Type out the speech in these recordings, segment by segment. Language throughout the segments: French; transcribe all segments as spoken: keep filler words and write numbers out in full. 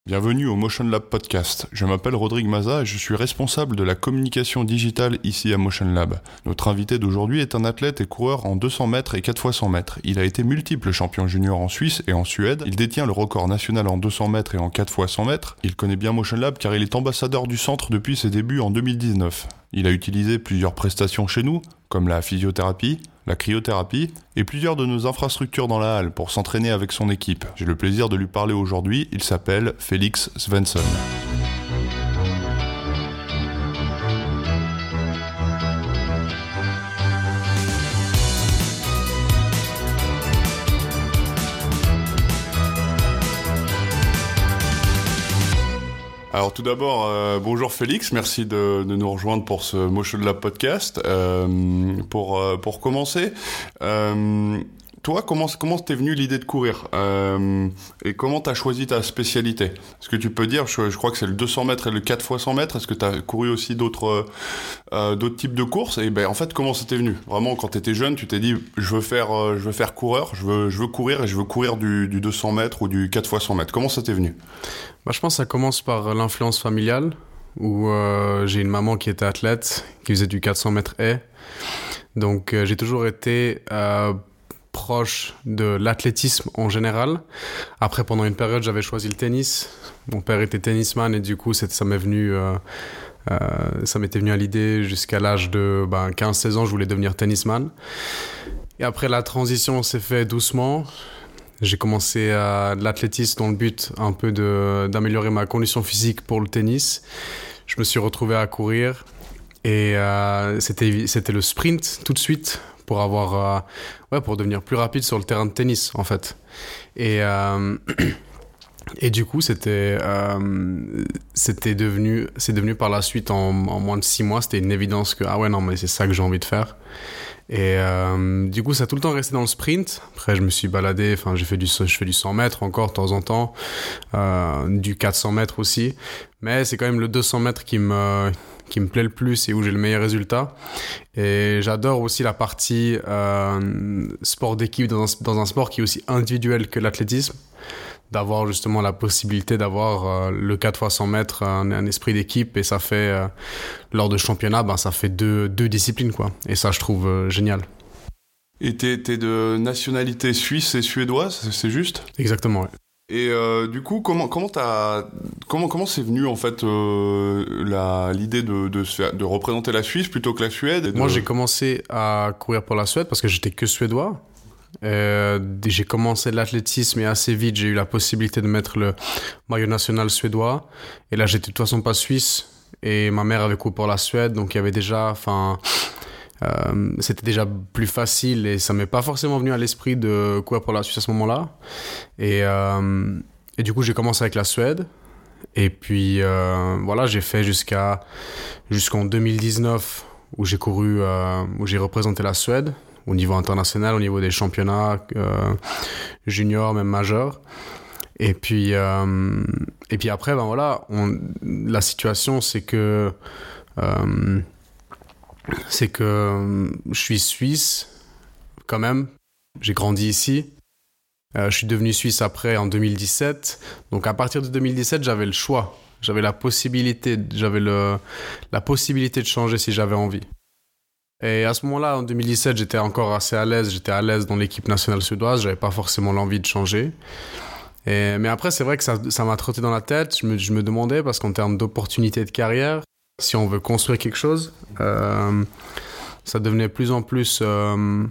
Bienvenue au Motion Lab Podcast. Je m'appelle Rodrigue Maza et je suis responsable de la communication digitale ici à Motion Lab. Notre invité d'aujourd'hui est un athlète et coureur en deux cents mètres et quatre fois cent mètres. Il a été multiple champion junior en Suisse et en Suède. Il détient le record national en deux cents mètres et en quatre fois cent mètres. Il connaît bien Motion Lab car il est ambassadeur du centre depuis ses débuts en deux mille dix-neuf. Il a utilisé plusieurs prestations chez nous, comme la physiothérapie, la cryothérapie et plusieurs de nos infrastructures dans la halle pour s'entraîner avec son équipe. J'ai le plaisir de lui parler aujourd'hui, il s'appelle Félix Svensson. Alors tout d'abord, euh, bonjour Félix, merci de, de nous rejoindre pour ce Motion Lab Podcast. Euh, pour euh, pour commencer, euh, toi, comment comment t'es venue l'idée de courir euh, et comment t'as choisi ta spécialité? Est-ce que tu peux dire, je, je crois que c'est le deux cents mètres et le quatre fois cent mètres. Est-ce que t'as couru aussi d'autres euh, d'autres types de courses? Et ben en fait, comment c'était venu? Vraiment, quand t'étais jeune, tu t'es dit, je veux faire euh, je veux faire coureur, je veux je veux courir et je veux courir du du deux cents mètres ou du quatre fois cent mètres. Comment ça t'est venu? Bah, je pense que ça commence par l'influence familiale, où euh, j'ai une maman qui était athlète, qui faisait du quatre cents mètres haies. Donc euh, j'ai toujours été euh, proche de l'athlétisme en général. Après, pendant une période, j'avais choisi le tennis. Mon père était tennisman et du coup, ça m'est venu, euh, euh, ça m'était venu à l'idée jusqu'à l'âge de ben, quinze seize ans, je voulais devenir tennisman. Et après, la transition s'est faite doucement. J'ai commencé à l'athlétisme dans le but un peu de, d'améliorer ma condition physique pour le tennis. Je me suis retrouvé à courir et euh, c'était, c'était le sprint tout de suite pour avoir, euh, ouais, pour devenir plus rapide sur le terrain de tennis en fait. Et, euh, et du coup, c'était, euh, c'était devenu, c'est devenu par la suite en, en moins de six mois, c'était une évidence que ah ouais non mais c'est ça que j'ai envie de faire. Et euh, du coup, ça a tout le temps resté dans le sprint. Après, je me suis baladé. Enfin, j'ai fait du, je fais du cent mètres encore de temps en temps, euh, du quatre cents mètres aussi. Mais c'est quand même le deux cents mètres qui me qui me plaît le plus et où j'ai le meilleur résultat. Et j'adore aussi la partie euh, sport d'équipe dans un, dans un sport qui est aussi individuel que l'athlétisme. D'avoir justement la possibilité d'avoir euh, le quatre fois cent mètres, un, un esprit d'équipe, et ça fait, euh, lors de championnat, ben, ça fait deux, deux disciplines, quoi. Et ça, je trouve euh, génial. Et t'es, t'es de nationalité suisse et suédoise, c'est, c'est juste? Exactement, ouais. Et euh, du coup, comment comment t'as comment comment c'est venu en fait euh, la l'idée de de se faire, de représenter la Suisse plutôt que la Suède? Et de... Moi, j'ai commencé à courir pour la Suède parce que j'étais que suédois. Euh, j'ai commencé l'athlétisme et assez vite j'ai eu la possibilité de mettre le maillot national suédois et là j'étais de toute façon pas suisse et ma mère avait couru pour la Suède donc il y avait déjà enfin euh, c'était déjà plus facile et ça m'est pas forcément venu à l'esprit de courir pour la Suisse à ce moment-là et, euh, et du coup j'ai commencé avec la Suède et puis euh, voilà j'ai fait jusqu'à jusqu'en deux mille dix-neuf où j'ai couru euh, où j'ai représenté la Suède au niveau international, au niveau des championnats euh, juniors, même majeurs. Et puis, euh, et puis après, ben voilà, on, la situation, c'est que, euh, c'est que je suis suisse quand même. J'ai grandi ici. Euh, je suis devenu suisse après en deux mille dix-sept. Donc à partir de deux mille dix-sept, j'avais le choix. J'avais la possibilité, j'avais le, la possibilité de changer si j'avais envie. Et à ce moment-là, en deux mille dix-sept, j'étais encore assez à l'aise. J'étais à l'aise dans l'équipe nationale suédoise. J'avais pas forcément l'envie de changer. Et, mais après, c'est vrai que ça, ça m'a trotté dans la tête. Je me, je me demandais, parce qu'en termes d'opportunités de carrière, si on veut construire quelque chose, euh, ça devenait plus en plus, euh,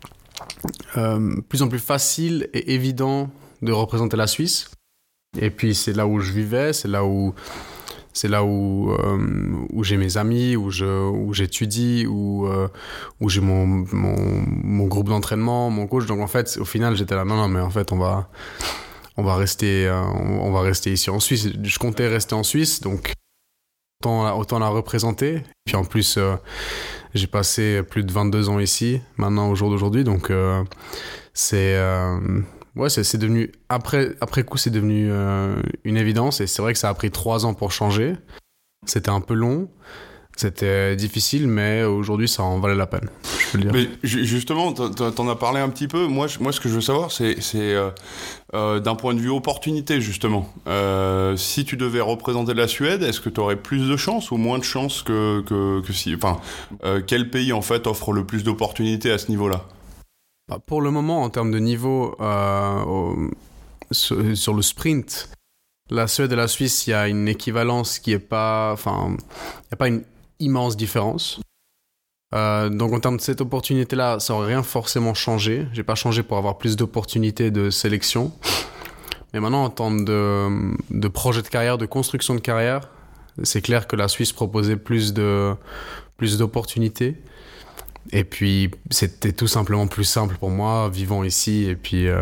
euh, plus en plus facile et évident de représenter la Suisse. Et puis, c'est là où je vivais, c'est là où... C'est là où, euh, où j'ai mes amis, où, je, où j'étudie, où, euh, où j'ai mon, mon, mon groupe d'entraînement, mon coach. Donc en fait, au final, j'étais là, non, non, mais en fait, on va, on va, rester, euh, on va rester ici en Suisse. Je comptais rester en Suisse, donc autant, autant la représenter. Puis en plus, euh, j'ai passé plus de vingt-deux ans ici, maintenant, au jour d'aujourd'hui. Donc euh, c'est... Euh, Ouais, c'est, c'est devenu, après, après coup, c'est devenu euh, une évidence et c'est vrai que ça a pris trois ans pour changer. C'était un peu long. C'était difficile, mais aujourd'hui, ça en valait la peine, je peux le dire. Mais justement, t'en as parlé un petit peu. Moi, moi ce que je veux savoir, c'est, c'est euh, euh, d'un point de vue opportunité, justement. Euh, si tu devais représenter la Suède, est-ce que tu aurais plus de chances ou moins de chances que, que, que si... Enfin, euh, quel pays, en fait, offre le plus d'opportunités à ce niveau-là ? Bah, pour le moment, en termes de niveau, euh, au, sur, sur le sprint, la Suède et la Suisse, il y a une équivalence qui est pas... Enfin, il n'y a pas une immense différence. Euh, donc en termes de cette opportunité-là, ça n'aurait rien forcément changé. J'ai pas changé pour avoir plus d'opportunités de sélection. Mais maintenant, en termes de, de projet de carrière, de construction de carrière, c'est clair que la Suisse proposait plus de plus d'opportunités. Et puis c'était tout simplement plus simple pour moi, vivant ici. Et puis euh,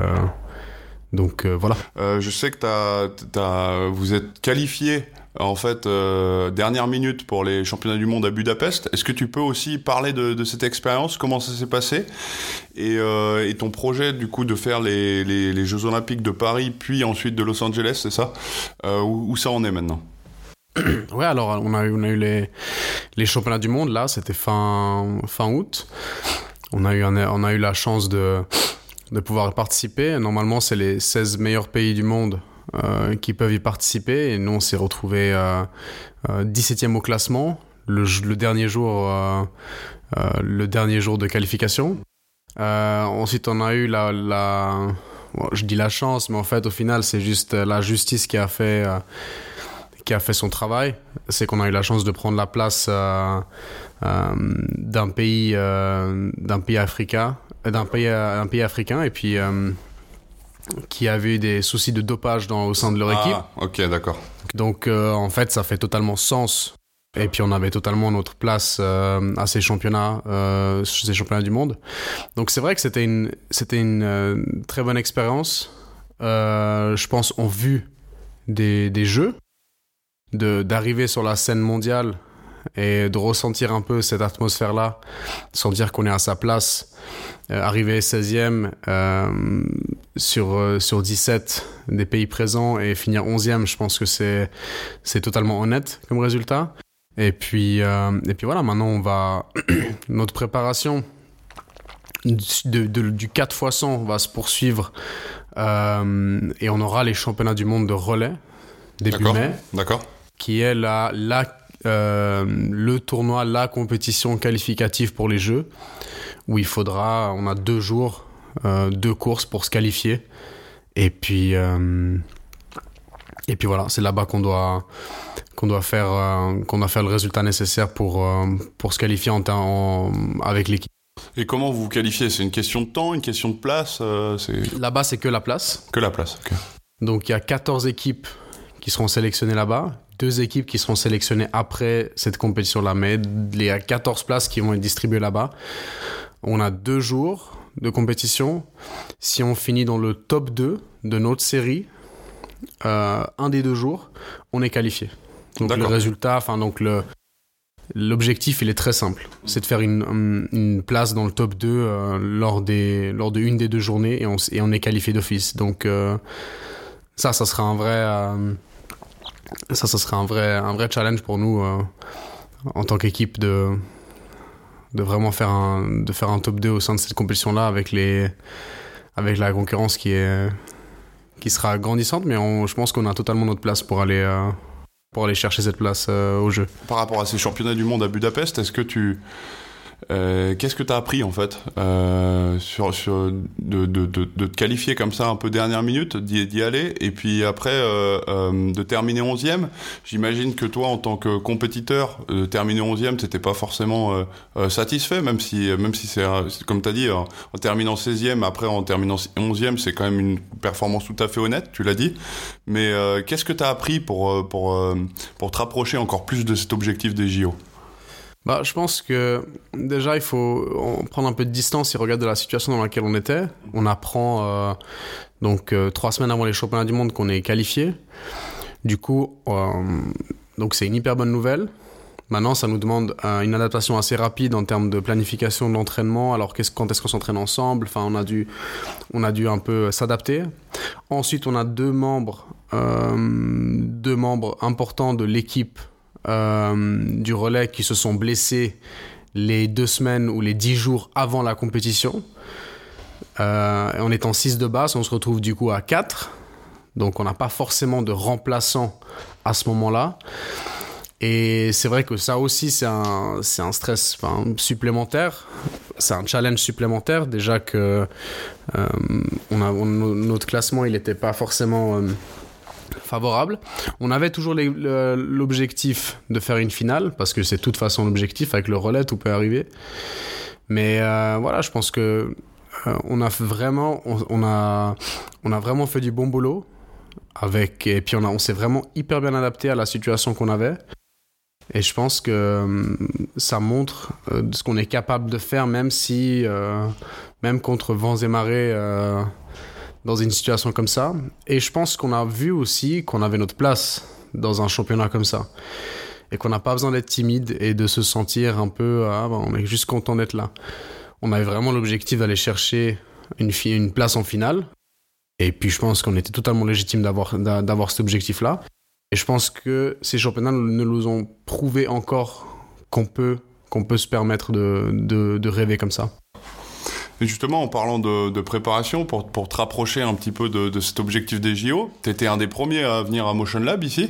donc euh, voilà. Euh, je sais que t'as, t'as, vous êtes qualifié. En fait, euh, dernière minute pour les championnats du monde à Budapest. Est-ce que tu peux aussi parler de, de cette expérience, comment ça s'est passé, et, euh, et ton projet du coup de faire les, les, les Jeux Olympiques de Paris, puis ensuite de Los Angeles, c'est ça, euh, où, où ça en est maintenant? Ouais, alors on a eu, on a eu les, les championnats du monde là, c'était fin, fin août. On a eu, un, on a eu la chance de, de pouvoir participer. Normalement, c'est les seize meilleurs pays du monde Euh, qui peuvent y participer, et nous on s'est retrouvés euh, euh, dix-septième au classement le, le dernier jour euh, euh, le dernier jour de qualification. Euh, ensuite on a eu la, la bon, je dis la chance, mais en fait au final c'est juste la justice qui a fait euh, qui a fait son travail. C'est qu'on a eu la chance de prendre la place euh, euh, d'un pays euh, d'un pays africain d'un pays, euh, d'un pays africain et puis euh, qui avait eu des soucis de dopage dans, au sein de leur ah, équipe. Ok, d'accord. Donc, euh, en fait, ça fait totalement sens. Et puis, on avait totalement notre place euh, à ces championnats, euh, ces championnats du monde. Donc, c'est vrai que c'était une, c'était une euh, très bonne expérience. Euh, je pense, en vue des, des Jeux, de, d'arriver sur la scène mondiale et de ressentir un peu cette atmosphère-là, sentir qu'on est à sa place. Euh, arriver seizième euh, sur, euh, sur dix-sept des pays présents et finir onzième, je pense que c'est, c'est totalement honnête comme résultat. Et puis, euh, et puis voilà, maintenant on va... Notre préparation de, de, du quatre fois cent va se poursuivre euh, et on aura les championnats du monde de relais début D'accord. mai. D'accord. Qui est la, la, euh, le tournoi, la compétition qualificative pour les Jeux, où il faudra, on a deux jours, euh, deux courses pour se qualifier. Et puis, euh, et puis voilà, c'est là-bas qu'on doit, qu'on doit faire, euh, qu'on doit faire le résultat nécessaire pour, euh, pour se qualifier en, en, avec l'équipe. Et comment vous vous qualifiez ? C'est une question de temps, une question de place euh, c'est... Là-bas, c'est que la place. Que la place, ok. Donc il y a quatorze équipes qui seront sélectionnées là-bas. Deux équipes qui seront sélectionnées après cette compétition-là. Mais il y a quatorze places qui vont être distribuées là-bas. On a deux jours de compétition. Si on finit dans le top deux de notre série, euh, un des deux jours, on est qualifié. Donc D'accord. le résultat, enfin donc le, l'objectif, il est très simple. C'est de faire une, une place dans le top deux euh, lors, des, lors de une des deux journées et on, et on est qualifié d'office. Donc euh, ça, ça sera un vrai, euh, ça, ça sera un vrai, un vrai challenge pour nous euh, en tant qu'équipe de... de vraiment faire un, de faire un top deux au sein de cette compétition-là avec, les, avec la concurrence qui, est, qui sera grandissante, mais on, je pense qu'on a totalement notre place pour aller, euh, pour aller chercher cette place euh, au jeu. Par rapport à ces championnats du monde à Budapest, est-ce que tu... Euh, qu'est-ce que tu as appris en fait euh, sur, sur de, de, de, de te qualifier comme ça un peu dernière minute, d'y, d'y aller et puis après euh, euh, de terminer onzième. J'imagine que toi en tant que compétiteur, de terminer onzième, t'étais pas forcément euh, euh, satisfait, même si, même si c'est, comme tu as dit, en, en terminant seizième, après en terminant onzième, c'est quand même une performance tout à fait honnête, tu l'as dit. Mais euh, qu'est-ce que tu as appris pour, pour, pour te rapprocher encore plus de cet objectif des J O ? Bah, je pense que déjà il faut prendre un peu de distance et regarder la situation dans laquelle on était. On apprend euh, donc euh, trois semaines avant les championnats du monde qu'on est qualifié. Du coup, euh, donc c'est une hyper bonne nouvelle. Maintenant, ça nous demande euh, une adaptation assez rapide en termes de planification de l'entraînement. Alors, qu'est-ce, quand est-ce qu'on s'entraîne ensemble ? Enfin, on a dû, on a dû un peu s'adapter. Ensuite, on a deux membres, euh, deux membres importants de l'équipe euh, du relais qui se sont blessés les deux semaines ou les dix jours avant la compétition. Euh, en étant six de base, on se retrouve du coup à quatre. Donc on n'a pas forcément de remplaçant à ce moment-là. Et c'est vrai que ça aussi, c'est un, c'est un stress enfin, supplémentaire. C'est un challenge supplémentaire. Déjà que euh, on a, on, notre classement, il n'était pas forcément euh, favorable. On avait toujours les, le, l'objectif de faire une finale, parce que c'est de toute façon l'objectif. Avec le relais, tout peut arriver. Mais euh, voilà, je pense que euh, on a vraiment, on, on, a, on a vraiment fait du bon boulot. Avec, et puis on, a, on s'est vraiment hyper bien adapté à la situation qu'on avait. Et je pense que euh, ça montre euh, ce qu'on est capable de faire, même si, euh, même contre vents et marées, euh, dans une situation comme ça. Et je pense qu'on a vu aussi qu'on avait notre place dans un championnat comme ça. Et qu'on n'a pas besoin d'être timide et de se sentir un peu, ah, ben, on est juste content d'être là. On avait vraiment l'objectif d'aller chercher une, fi- une place en finale. Et puis je pense qu'on était totalement légitime d'avoir, d'avoir cet objectif-là. Et je pense que ces championnats ne nous ont prouvé encore qu'on peut, qu'on peut se permettre de, de, de rêver comme ça. Et justement, en parlant de, de préparation, pour, pour te rapprocher un petit peu de, de cet objectif des J O, tu étais un des premiers à venir à Motion Lab ici.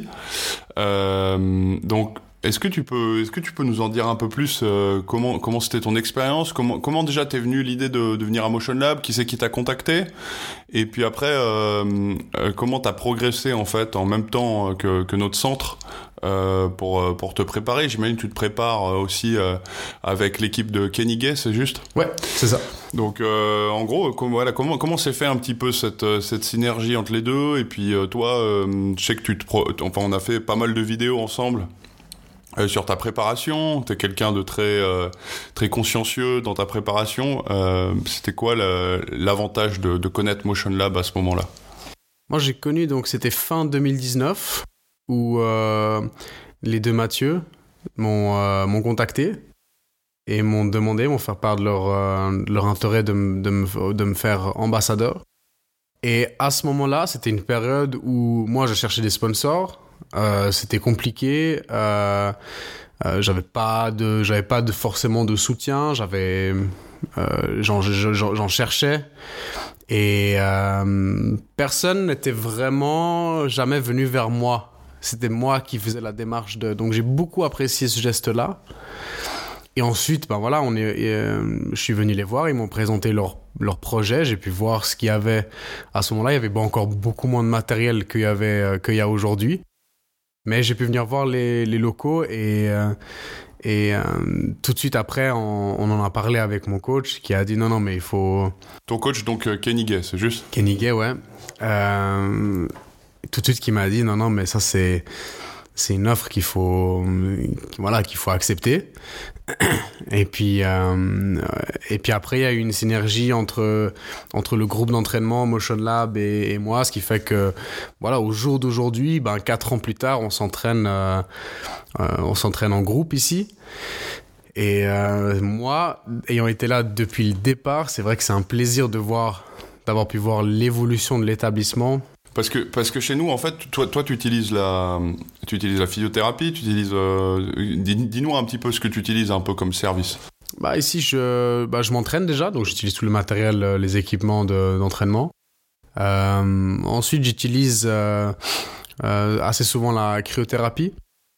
Euh, donc, est-ce que tu peux, est-ce que tu peux nous en dire un peu plus euh, comment, comment c'était ton expérience, comment, comment déjà t'es venu l'idée de, de venir à Motion Lab, qui c'est qui t'a contacté, et puis après euh, euh, comment t'as progressé en fait en même temps que, que notre centre euh, pour pour te préparer. J'imagine que tu te prépares aussi euh, avec l'équipe de Kenny Gay, c'est juste? Ouais, c'est ça. Donc euh, en gros, com- voilà, comment comment s'est fait un petit peu cette cette synergie entre les deux, et puis euh, toi, euh, je sais que tu te, pro- enfin on a fait pas mal de vidéos ensemble. Euh, sur ta préparation, t'es quelqu'un de très euh, très consciencieux dans ta préparation. Euh, c'était quoi le, l'avantage de, de connaître Motion Lab à ce moment-là? Moi, j'ai connu, donc c'était fin deux mille dix-neuf, où euh, les deux Mathieu m'ont, euh, m'ont contacté et m'ont demandé, m'ont fait part de leur, euh, leur intérêt de, m- de, me, de me faire ambassadeur. Et à ce moment-là, c'était une période où moi, je cherchais des sponsors. Euh, c'était compliqué. Euh, euh, j'avais pas de, j'avais pas de forcément de soutien. J'avais, euh, j'en, j'en, j'en cherchais et euh, personne n'était vraiment jamais venu vers moi. C'était moi qui faisais la démarche de. Donc j'ai beaucoup apprécié ce geste-là. Et ensuite, ben voilà, on est, euh, je suis venu les voir. Ils m'ont présenté leur leur projet. J'ai pu voir ce qu'il y avait à ce moment-là. Il y avait encore beaucoup moins de matériel qu'il y avait euh, qu'il y a aujourd'hui. Mais j'ai pu venir voir les, les locaux et, euh, et euh, tout de suite après, on, on en a parlé avec mon coach qui a dit non, non, mais il faut... Ton coach, donc euh, Kenny Gay, c'est juste? Kenny Gay, ouais. Euh, tout de suite, qui m'a dit non, non, mais ça, c'est, c'est une offre qu'il faut, voilà, qu'il faut accepter. Et puis, euh, et puis après, il y a eu une synergie entre, entre le groupe d'entraînement Motion Lab et, et moi, ce qui fait que, voilà, au jour d'aujourd'hui, ben, quatre ans plus tard, on s'entraîne, euh, euh, on s'entraîne en groupe ici. Et euh, moi, ayant été là depuis le départ, c'est vrai que c'est un plaisir de voir, d'avoir pu voir l'évolution de l'établissement. Parce que, parce que chez nous, en fait, toi, toi tu, utilises la, tu utilises la physiothérapie, tu utilises... Euh, dis, dis-nous un petit peu ce que tu utilises un peu comme service. Bah ici, je, bah, je m'entraîne déjà, donc j'utilise tout le matériel, les équipements de, d'entraînement. Euh, ensuite, j'utilise euh, euh, assez souvent la cryothérapie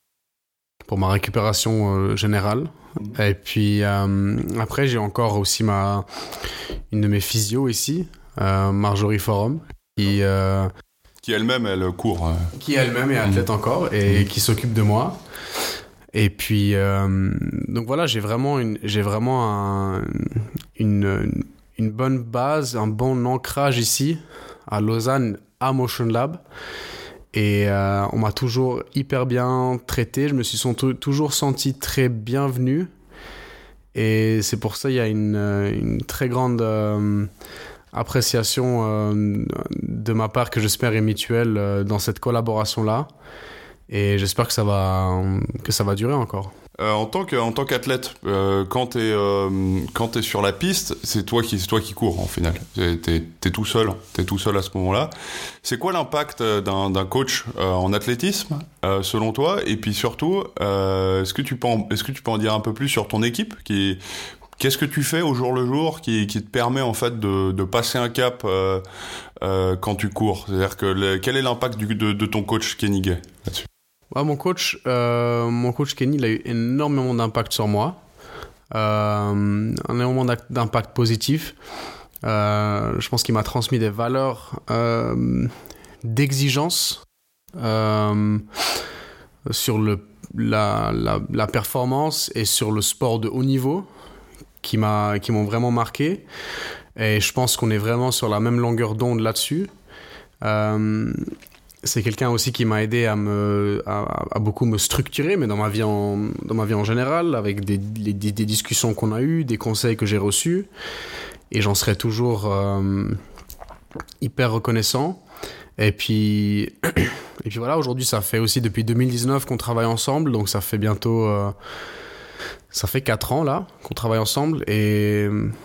pour ma récupération euh, générale. Mmh. Et puis euh, après, j'ai encore aussi ma, une de mes physios ici, euh, Marjorie Forum, qui... Euh, Qui elle-même, elle court. Euh... Qui elle-même est athlète mmh. encore et mmh. qui s'occupe de moi. Et puis, euh, donc voilà, j'ai vraiment, une, j'ai vraiment un, une, une bonne base, un bon ancrage ici, à Lausanne, à Motion Lab. Et euh, on m'a toujours hyper bien traité. Je me suis senti, toujours senti très bienvenu. Et c'est pour ça qu'il y a une, une très grande... Euh, appréciation euh, de ma part que j'espère est mutuelle euh, dans cette collaboration-là. Et j'espère que ça va, que ça va durer encore. Euh, en tant que, en tant qu'athlète, euh, quand t'es euh, quand t'es sur la piste, c'est toi qui c'est toi qui cours en final. T'es, t'es, t'es tout seul, t'es tout seul à ce moment-là. C'est quoi l'impact d'un, d'un coach euh, en athlétisme euh, selon toi? Et puis surtout, euh, est-ce que tu peux en, est-ce que tu peux en dire un peu plus sur ton équipe qui Qu'est-ce que tu fais au jour le jour qui, qui te permet en fait de, de passer un cap euh, euh, quand tu cours? C'est-à-dire que le, quel est l'impact du, de, de ton coach Kenny Gay là-dessus? Ouais, mon coach, euh, mon coach Kenny, il a eu énormément d'impact sur moi, euh, énormément d'impact positif. Euh, je pense qu'il m'a transmis des valeurs euh, d'exigence euh, sur le, la, la, la performance et sur le sport de haut niveau qui, m'a, qui m'ont vraiment marqué. Et je pense qu'on est vraiment sur la même longueur d'onde là-dessus. Euh, C'est quelqu'un aussi qui m'a aidé à, me, à, à beaucoup me structurer, mais dans ma vie en, dans ma vie en général, avec des, des, des discussions qu'on a eues, des conseils que j'ai reçus. Et j'en serai toujours euh, hyper reconnaissant. Et puis, et puis voilà, aujourd'hui, ça fait aussi depuis deux mille dix-neuf qu'on travaille ensemble. Donc ça fait bientôt... Euh, ça fait quatre ans, là, qu'on travaille ensemble. Et,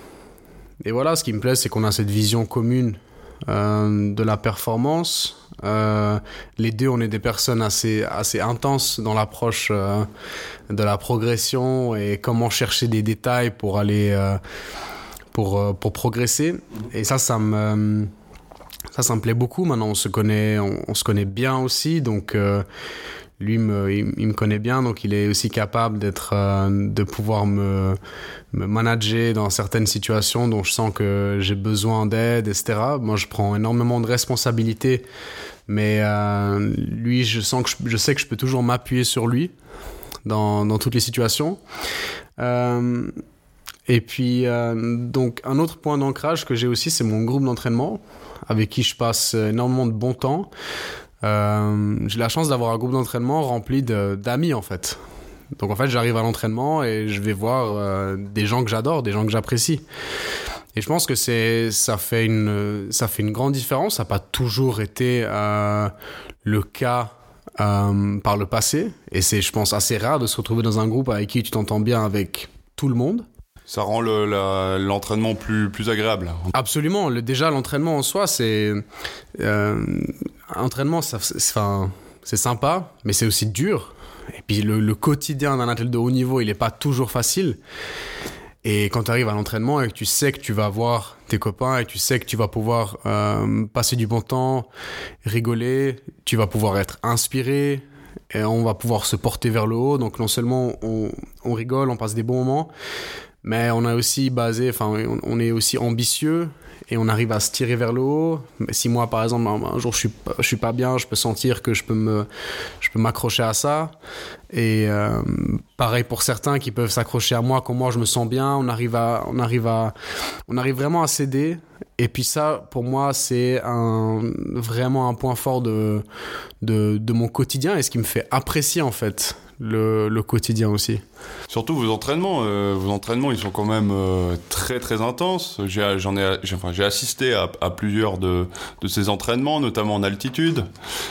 et voilà, ce qui me plaît, c'est qu'on a cette vision commune euh, de la performance. Euh, les deux, on est des personnes assez, assez intenses dans l'approche euh, de la progression et comment chercher des détails pour aller euh, pour, euh, pour progresser. Et ça, ça me, ça, ça me plaît beaucoup. Maintenant, on se connaît, on, on se connaît bien aussi. Donc, euh, lui, me, il, il me connaît bien. Donc, il est aussi capable d'être, euh, de pouvoir me, me manager dans certaines situations dont je sens que j'ai besoin d'aide, et cetera. Moi, je prends énormément de responsabilités. Mais euh, lui, je sens que je, je sais que je peux toujours m'appuyer sur lui dans, dans toutes les situations. Euh, et puis, euh, donc, un autre point d'ancrage que j'ai aussi, c'est mon groupe d'entraînement, avec qui je passe énormément de bon temps. Euh, j'ai la chance d'avoir un groupe d'entraînement rempli de, d'amis, en fait. Donc, en fait, j'arrive à l'entraînement et je vais voir euh, des gens que j'adore, des gens que j'apprécie. Et je pense que c'est, ça fait une, ça fait une grande différence. Ça n'a pas toujours été euh, le cas euh, par le passé. Et c'est, je pense, assez rare de se retrouver dans un groupe avec qui tu t'entends bien avec tout le monde. Ça rend le, la, l'entraînement plus, plus agréable. Absolument. Le, déjà, l'entraînement en soi, c'est... Euh, entraînement, ça, c'est, enfin, c'est sympa, mais c'est aussi dur. Et puis, le, le quotidien d'un athlète de haut niveau, il n'est pas toujours facile. Et quand tu arrives à l'entraînement et que tu sais que tu vas voir tes copains et que tu sais que tu vas pouvoir euh, passer du bon temps, rigoler, tu vas pouvoir être inspiré et on va pouvoir se porter vers le haut. Donc non seulement on, on rigole, on passe des bons moments, mais on a aussi basé, enfin on, on est aussi ambitieux et on arrive à se tirer vers le haut. Si moi par exemple un, un jour je suis je suis pas bien, je peux sentir que je peux me je peux m'accrocher à ça. Et euh, pareil pour certains qui peuvent s'accrocher à moi quand moi je me sens bien, on arrive à on arrive à on arrive vraiment à s'aider. Et puis ça pour moi c'est un vraiment un point fort de de de mon quotidien et ce qui me fait apprécier en fait le le quotidien aussi. Surtout vos entraînements, euh, vos entraînements ils sont quand même euh, très très intenses. J'ai j'en ai j'ai, enfin j'ai assisté à, à plusieurs de de ces entraînements, notamment en altitude,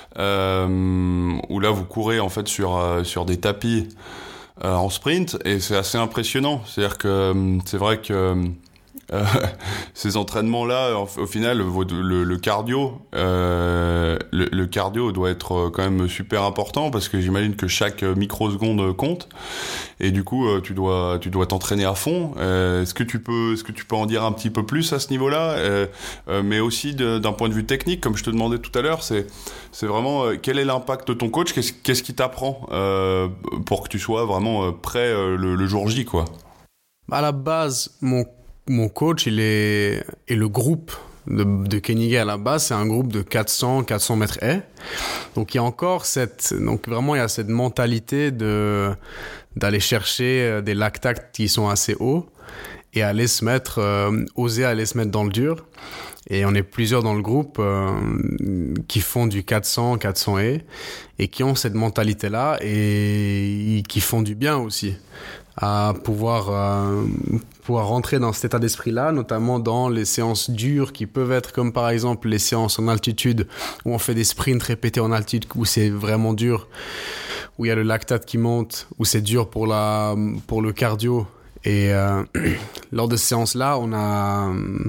euh, où là vous courez en fait sur euh, sur des tapis euh, en sprint et c'est assez impressionnant. C'est-à-dire que euh, c'est vrai que Euh, ces entraînements-là, au final, le, le cardio, euh, le, le cardio doit être quand même super important parce que j'imagine que chaque microseconde compte et du coup, tu dois, tu dois t'entraîner à fond. Euh, est-ce que tu peux, est-ce que tu peux en dire un petit peu plus à ce niveau-là, euh, euh, mais aussi de, d'un point de vue technique, comme je te demandais tout à l'heure, c'est, c'est vraiment euh, quel est l'impact de ton coach, qu'est-ce, qu'est-ce qui t'apprend euh, pour que tu sois vraiment prêt euh, le, le jour J, quoi. À la base, mon Mon coach, il est, et le groupe de, de Kenny Gay à la base, c'est un groupe de quatre cents, quatre cents mètres haies. Donc il y a encore cette, donc vraiment il y a cette mentalité de, d'aller chercher des lactates qui sont assez hauts et aller se mettre, euh, oser aller se mettre dans le dur. Et on est plusieurs dans le groupe euh, qui font du quatre cents, quatre cents haies et qui ont cette mentalité-là et qui font du bien aussi à pouvoir euh, pouvoir rentrer dans cet état d'esprit-là, notamment dans les séances dures qui peuvent être comme par exemple les séances en altitude où on fait des sprints répétés en altitude où c'est vraiment dur, où il y a le lactate qui monte, où c'est dur pour, la, pour le cardio. Et euh, lors de ces séances-là, on a,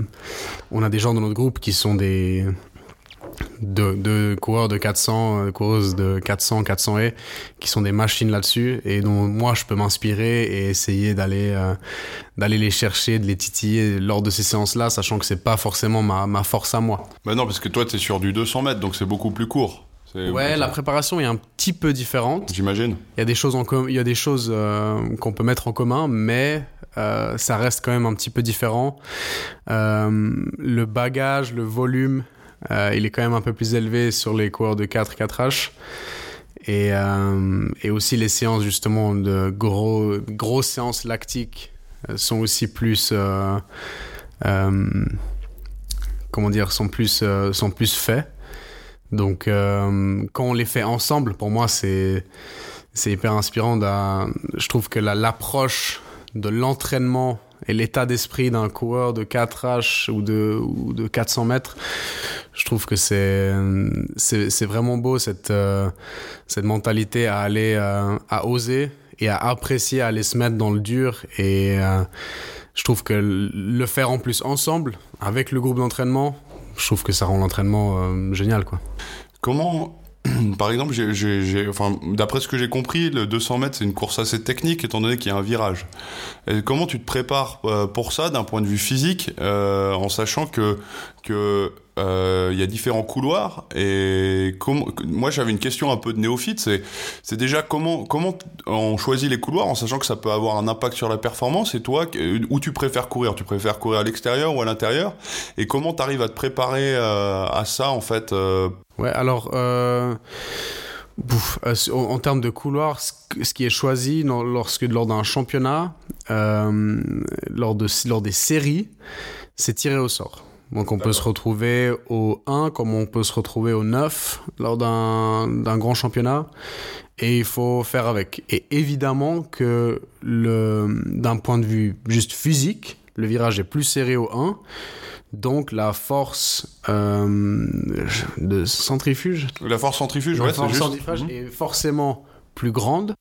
on a des gens dans notre groupe qui sont des... De, de coureurs de quatre cents, coureuses de quatre cents, quatre cents haies, qui sont des machines là-dessus, et dont moi je peux m'inspirer et essayer d'aller, euh, d'aller les chercher, de les titiller lors de ces séances-là, sachant que c'est pas forcément ma, ma force à moi. Bah non, parce que toi t'es sur du deux cents mètres, donc c'est beaucoup plus court. C'est ouais, la préparation est un petit peu différente. J'imagine. Il y a des choses, en com- il y a des choses euh, qu'on peut mettre en commun, mais euh, ça reste quand même un petit peu différent. Euh, le bagage, le volume, Euh, il est quand même un peu plus élevé sur les coureurs de quatre, quatre H. Et, euh, et aussi les séances justement de gros, grosses séances lactiques euh, sont aussi plus... Euh, euh, comment dire, sont plus, euh, sont plus faits. Donc euh, quand on les fait ensemble, pour moi c'est, c'est hyper inspirant. Je trouve que la, l'approche de l'entraînement et l'état d'esprit d'un coureur de quatre H ou de, ou de quatre cents mètres, je trouve que c'est, c'est, c'est vraiment beau, cette, euh, cette mentalité à aller, euh, à oser et à apprécier, à aller se mettre dans le dur. Et euh, je trouve que le faire en plus ensemble, avec le groupe d'entraînement, je trouve que ça rend l'entraînement euh, génial, quoi. Comment... Par exemple, j'ai, j'ai, j'ai, enfin, d'après ce que j'ai compris, le deux cents mètres, c'est une course assez technique, étant donné qu'il y a un virage. Et comment tu te prépares euh, pour ça, d'un point de vue physique, euh, en sachant que que euh, il y a différents couloirs. Et comment, moi, j'avais une question un peu de néophyte, c'est c'est déjà comment comment on choisit les couloirs, en sachant que ça peut avoir un impact sur la performance. Et toi, où tu préfères courir? Tu préfères courir à l'extérieur ou à l'intérieur? Et comment t'arrives à te préparer euh, à ça, en fait euh, Ouais, alors, euh, bouf, euh, en, en termes de couloir, ce, ce qui est choisi dans, lorsque, lors d'un championnat, euh, lors, de, lors des séries, c'est tiré au sort. Donc on D'accord. peut se retrouver au un comme on peut se retrouver au neuf lors d'un, d'un grand championnat, et il faut faire avec. Et évidemment que le, d'un point de vue juste physique, le virage est plus serré au un. Donc la force euh, de centrifuge, la force centrifuge, la ouais, force c'est juste. centrifuge est forcément plus grande,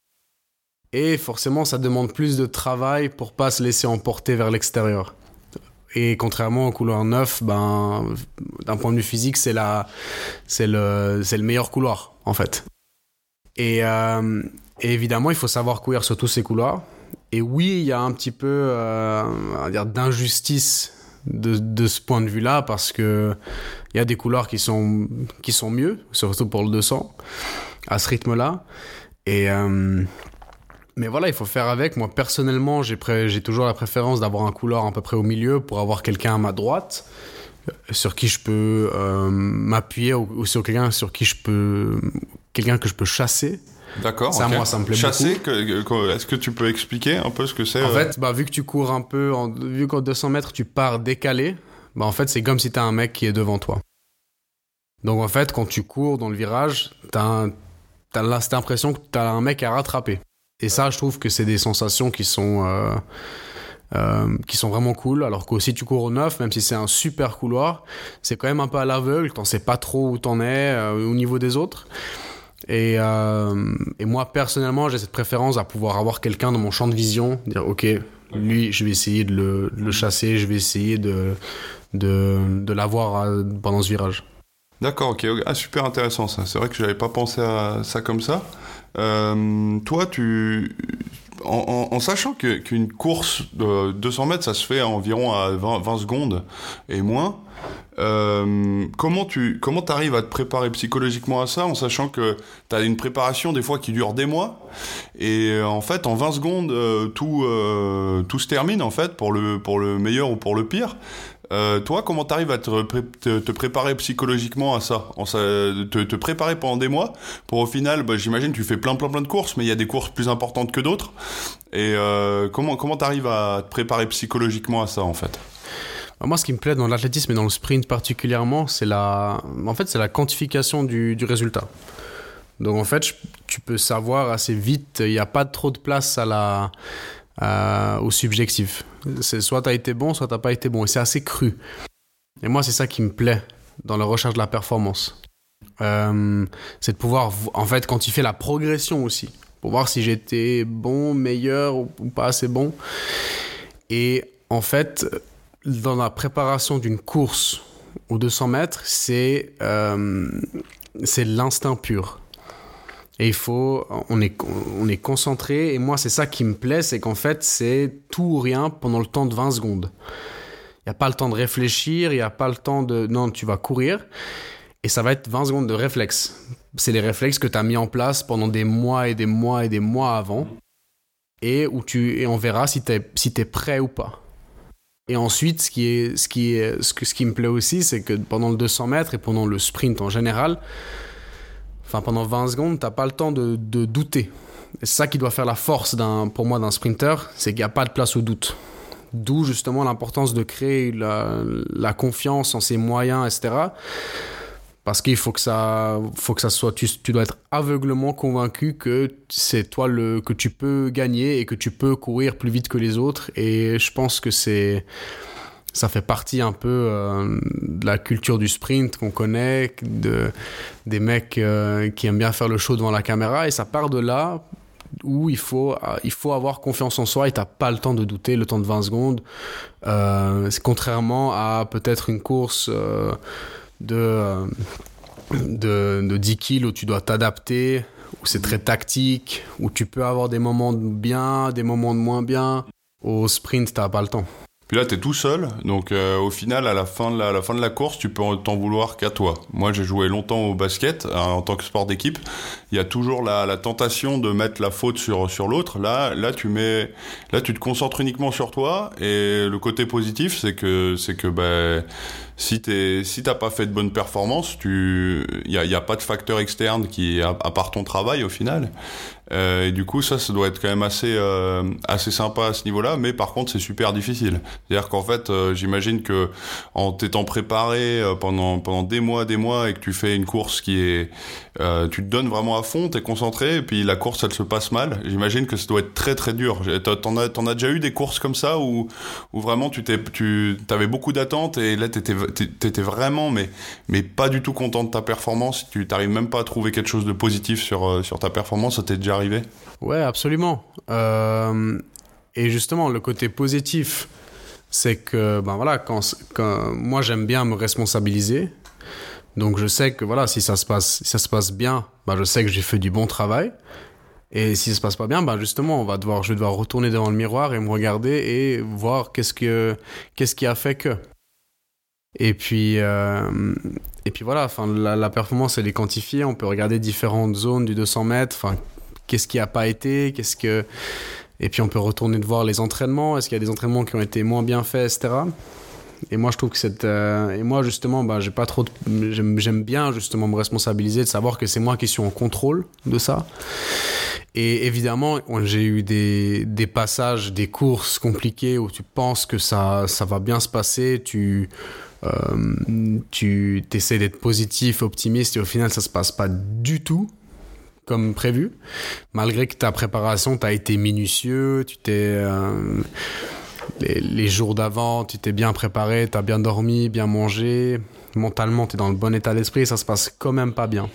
et forcément ça demande plus de travail pour pas se laisser emporter vers l'extérieur. Et contrairement au couloir neuf, ben d'un point de vue physique, c'est la, c'est le, c'est le meilleur couloir en fait. Et, euh, et évidemment, il faut savoir courir sur tous ces couloirs. Et oui, il y a un petit peu, euh, on va dire, d'injustice de, de ce point de vue-là, parce que il y a des couloirs qui sont, qui sont mieux, surtout pour le deux cents, à ce rythme-là. Et, euh, mais voilà, il faut faire avec. Moi, personnellement, j'ai, pré- j'ai toujours la préférence d'avoir un couloir à peu près au milieu pour avoir quelqu'un à ma droite sur qui je peux euh, m'appuyer, ou, ou sur quelqu'un sur qui je peux, quelqu'un que je peux chasser. D'accord. Ça, okay. moi, ça me plaît Chasser, beaucoup. Que, que, est-ce que tu peux expliquer un peu ce que c'est? En euh... fait, bah, vu que tu cours un peu, en, vu qu'en deux cents mètres, tu pars décalé, bah, en fait, c'est comme si t'as un mec qui est devant toi. Donc, en fait, quand tu cours dans le virage, t'as, un, t'as là, cette impression que t'as un mec à rattraper. Et ça, je trouve que c'est des sensations qui sont, euh, euh, qui sont vraiment cool. Alors qu'aussi, tu cours au neuf, même si c'est un super couloir, c'est quand même un peu à l'aveugle. T'en sais pas trop où t'en es euh, au niveau des autres. Et, euh, et moi, personnellement, j'ai cette préférence à pouvoir avoir quelqu'un dans mon champ de vision, dire ok, lui, je vais essayer de le, de le chasser, je vais essayer de, de, de l'avoir pendant ce virage. D'accord, ok. Ah, super intéressant ça. C'est vrai que j'avais pas pensé à ça comme ça. Euh, toi, tu... En, en, en sachant que, qu'une course de deux cents mètres, ça se fait environ à vingt, vingt secondes et moins, euh, comment tu comment t'arrives à te préparer psychologiquement à ça, en sachant que t'as une préparation des fois qui dure des mois, et en fait en vingt secondes euh, tout euh, tout se termine en fait, pour le pour le meilleur ou pour le pire. Euh, toi, comment t'arrives à te, pré- te, te préparer psychologiquement à ça, en, te, te préparer pendant des mois pour au final, bah, j'imagine tu fais plein plein plein de courses, mais il y a des courses plus importantes que d'autres. Et euh, comment comment t'arrives à te préparer psychologiquement à ça en fait? Moi, ce qui me plaît dans l'athlétisme et dans le sprint particulièrement, c'est la, en fait, c'est la quantification du, du résultat. Donc en fait, je, tu peux savoir assez vite. Il n'y a pas trop de place à la Euh, au subjectif. C'est soit t'as été bon, soit t'as pas été bon, et c'est assez cru. Et moi, c'est ça qui me plaît dans la recherche de la performance. Euh, c'est de pouvoir, en fait, quand il fait la progression aussi, pour voir si j'étais bon, meilleur ou, ou pas assez bon. Et en fait, dans la préparation d'une course aux deux cents mètres, c'est, euh, c'est l'instinct pur. Et il faut, on est, on est concentré. Et moi, c'est ça qui me plaît, c'est qu'en fait, c'est tout ou rien pendant le temps de vingt secondes. Il n'y a pas le temps de réfléchir, il n'y a pas le temps de... Non, tu vas courir. Et ça va être vingt secondes de réflexe. C'est les réflexes que tu as mis en place pendant des mois et des mois et des mois avant. Et, où tu, et on verra si tu es si t'es prêt ou pas. Et ensuite, ce qui, est, ce, qui est, ce, que, ce qui me plaît aussi, c'est que pendant le deux cents mètres et pendant le sprint en général, enfin pendant vingt secondes, tu n'as pas le temps de, de douter. Et c'est ça qui doit faire la force d'un, pour moi d'un sprinter, c'est qu'il n'y a pas de place au doute. D'où justement l'importance de créer la, la confiance en ses moyens, et cetera. Parce qu'il faut que ça, faut que ça soit, tu, tu dois être aveuglément convaincu que c'est toi le, que tu peux gagner et que tu peux courir plus vite que les autres. Et je pense que c'est, ça fait partie un peu euh, de la culture du sprint qu'on connaît, de, des mecs euh, qui aiment bien faire le show devant la caméra. Et ça part de là où il faut, il faut avoir confiance en soi et t'as pas le temps de douter, le temps de vingt secondes. Euh, c'est contrairement à peut-être une course... Euh, De, de, de dix kills où tu dois t'adapter, où c'est très tactique, où tu peux avoir des moments de bien, des moments de moins bien. Au sprint, t'as pas le temps. Puis là, t'es tout seul, donc euh, au final, à la, fin de la, à la fin de la course, tu peux t'en vouloir qu'à toi. Moi, j'ai joué longtemps au basket, hein, en tant que sport d'équipe. Il y a toujours la, la tentation de mettre la faute sur, sur l'autre. Là, là, tu mets, là, tu te concentres uniquement sur toi. Et le côté positif, c'est que, c'est que, ben, si t'es, si t'as pas fait de bonne performance, tu, il y a, y a pas de facteur externe qui, à, à part ton travail, au final. Euh, et du coup, ça, ça doit être quand même assez, euh, assez sympa à ce niveau-là, mais par contre, c'est super difficile. C'est-à-dire qu'en fait, euh, j'imagine que en t'étant préparé euh, pendant pendant des mois, des mois, et que tu fais une course qui est, euh, tu te donnes vraiment à fond, t'es concentré, et puis la course, elle se passe mal. J'imagine que ça doit être très très dur. T'en as, t'en as déjà eu des courses comme ça où, où vraiment tu t'es, tu, t'avais beaucoup d'attentes et là t'étais, t'étais vraiment, mais mais pas du tout content de ta performance. Tu t'arrives même pas à trouver quelque chose de positif sur sur ta performance. Ça t'est déjà arrivé? Ouais, absolument. Euh, et justement, le côté positif, c'est que, ben voilà, quand, quand moi j'aime bien me responsabiliser, donc je sais que voilà, si ça se passe, si ça se passe bien, ben je sais que j'ai fait du bon travail. Et si ça se passe pas bien, ben justement, on va devoir, je vais devoir retourner devant le miroir et me regarder et voir qu'est-ce que, qu'est-ce qui a fait que. Et puis, euh, et puis voilà, enfin, la, la performance, elle est quantifiée. On peut regarder différentes zones du deux cents mètres. Enfin, qu'est-ce qui a pas été, qu'est-ce que. Et puis on peut retourner de voir les entraînements. Est-ce qu'il y a des entraînements qui ont été moins bien faits, et cetera. Et moi, je trouve que c'est. Euh, et moi, justement, bah, j'ai pas trop. De... J'aime, j'aime bien justement me responsabiliser, de savoir que c'est moi qui suis en contrôle de ça. Et évidemment, j'ai eu des, des passages, des courses compliquées où tu penses que ça, ça va bien se passer, tu, euh, tu essaies d'être positif, optimiste, et au final, ça se passe pas du tout comme prévu. Malgré que ta préparation, t'as été minutieux, tu t'es, euh, les, les jours d'avant, tu t'es bien préparé, t'as bien dormi, bien mangé, mentalement, t'es dans le bon état d'esprit, ça se passe quand même pas bien.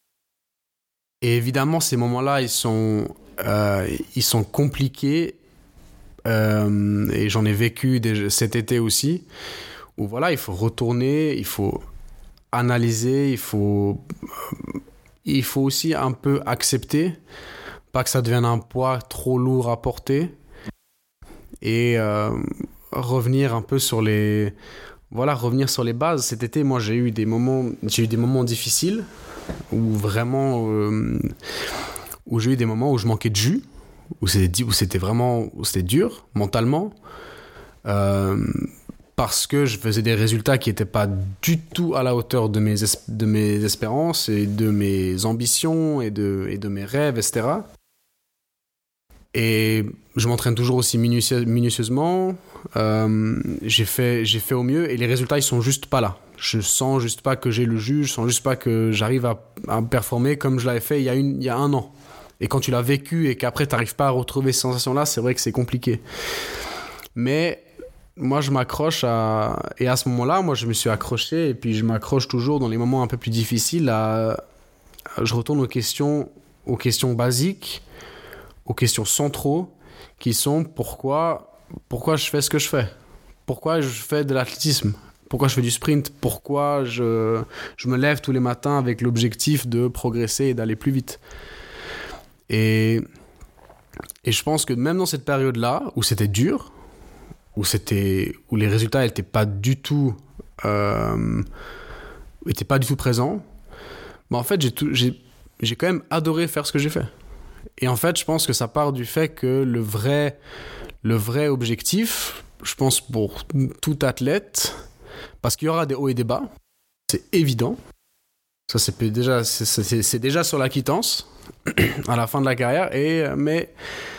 Et évidemment, ces moments-là, ils sont, euh, ils sont compliqués. Euh, et j'en ai vécu déjà cet été aussi. Où voilà, il faut retourner, il faut analyser, il faut, euh, il faut aussi un peu accepter, pas que ça devienne un poids trop lourd à porter. Et euh, revenir un peu sur les, voilà, revenir sur les bases. Cet été, moi, j'ai eu des moments, j'ai eu des moments difficiles. Où vraiment euh, où j'ai eu des moments où je manquais de jus, où c'était, où c'était vraiment où c'était dur mentalement, euh, parce que je faisais des résultats qui n'étaient pas du tout à la hauteur de mes, es- de mes espérances et de mes ambitions et de, et de mes rêves, et cetera. Et je m'entraîne toujours aussi minutieux, minutieusement. Euh, j'ai fait, j'ai fait au mieux et les résultats, ils sont juste pas là. Je sens juste pas que j'ai le jus, je sens juste pas que j'arrive à, à performer comme je l'avais fait il y a, une, il y a un an. Et quand tu l'as vécu et qu'après tu n'arrives pas à retrouver ces sensations-là, c'est vrai que c'est compliqué. Mais moi, je m'accroche à... Et à ce moment-là, moi, je me suis accroché et puis je m'accroche toujours dans les moments un peu plus difficiles à... Je retourne aux questions, aux questions basiques, aux questions centraux qui sont pourquoi, pourquoi je fais ce que je fais ? Pourquoi je fais de l'athlétisme ? Pourquoi je fais du sprint ? Pourquoi je, je me lève tous les matins avec l'objectif de progresser et d'aller plus vite ? Et, et je pense que même dans cette période-là, où c'était dur, où, c'était, où les résultats n'étaient pas du tout, euh, étaient pas du tout présents, mais en fait, j'ai, tout, j'ai, j'ai quand même adoré faire ce que j'ai fait. Et en fait, je pense que ça part du fait que le vrai, le vrai objectif, je pense pour tout athlète, parce qu'il y aura des hauts et des bas, c'est évident. Ça, c'est déjà, c'est, c'est, c'est déjà sur la quittance, à la fin de la carrière. Et, mais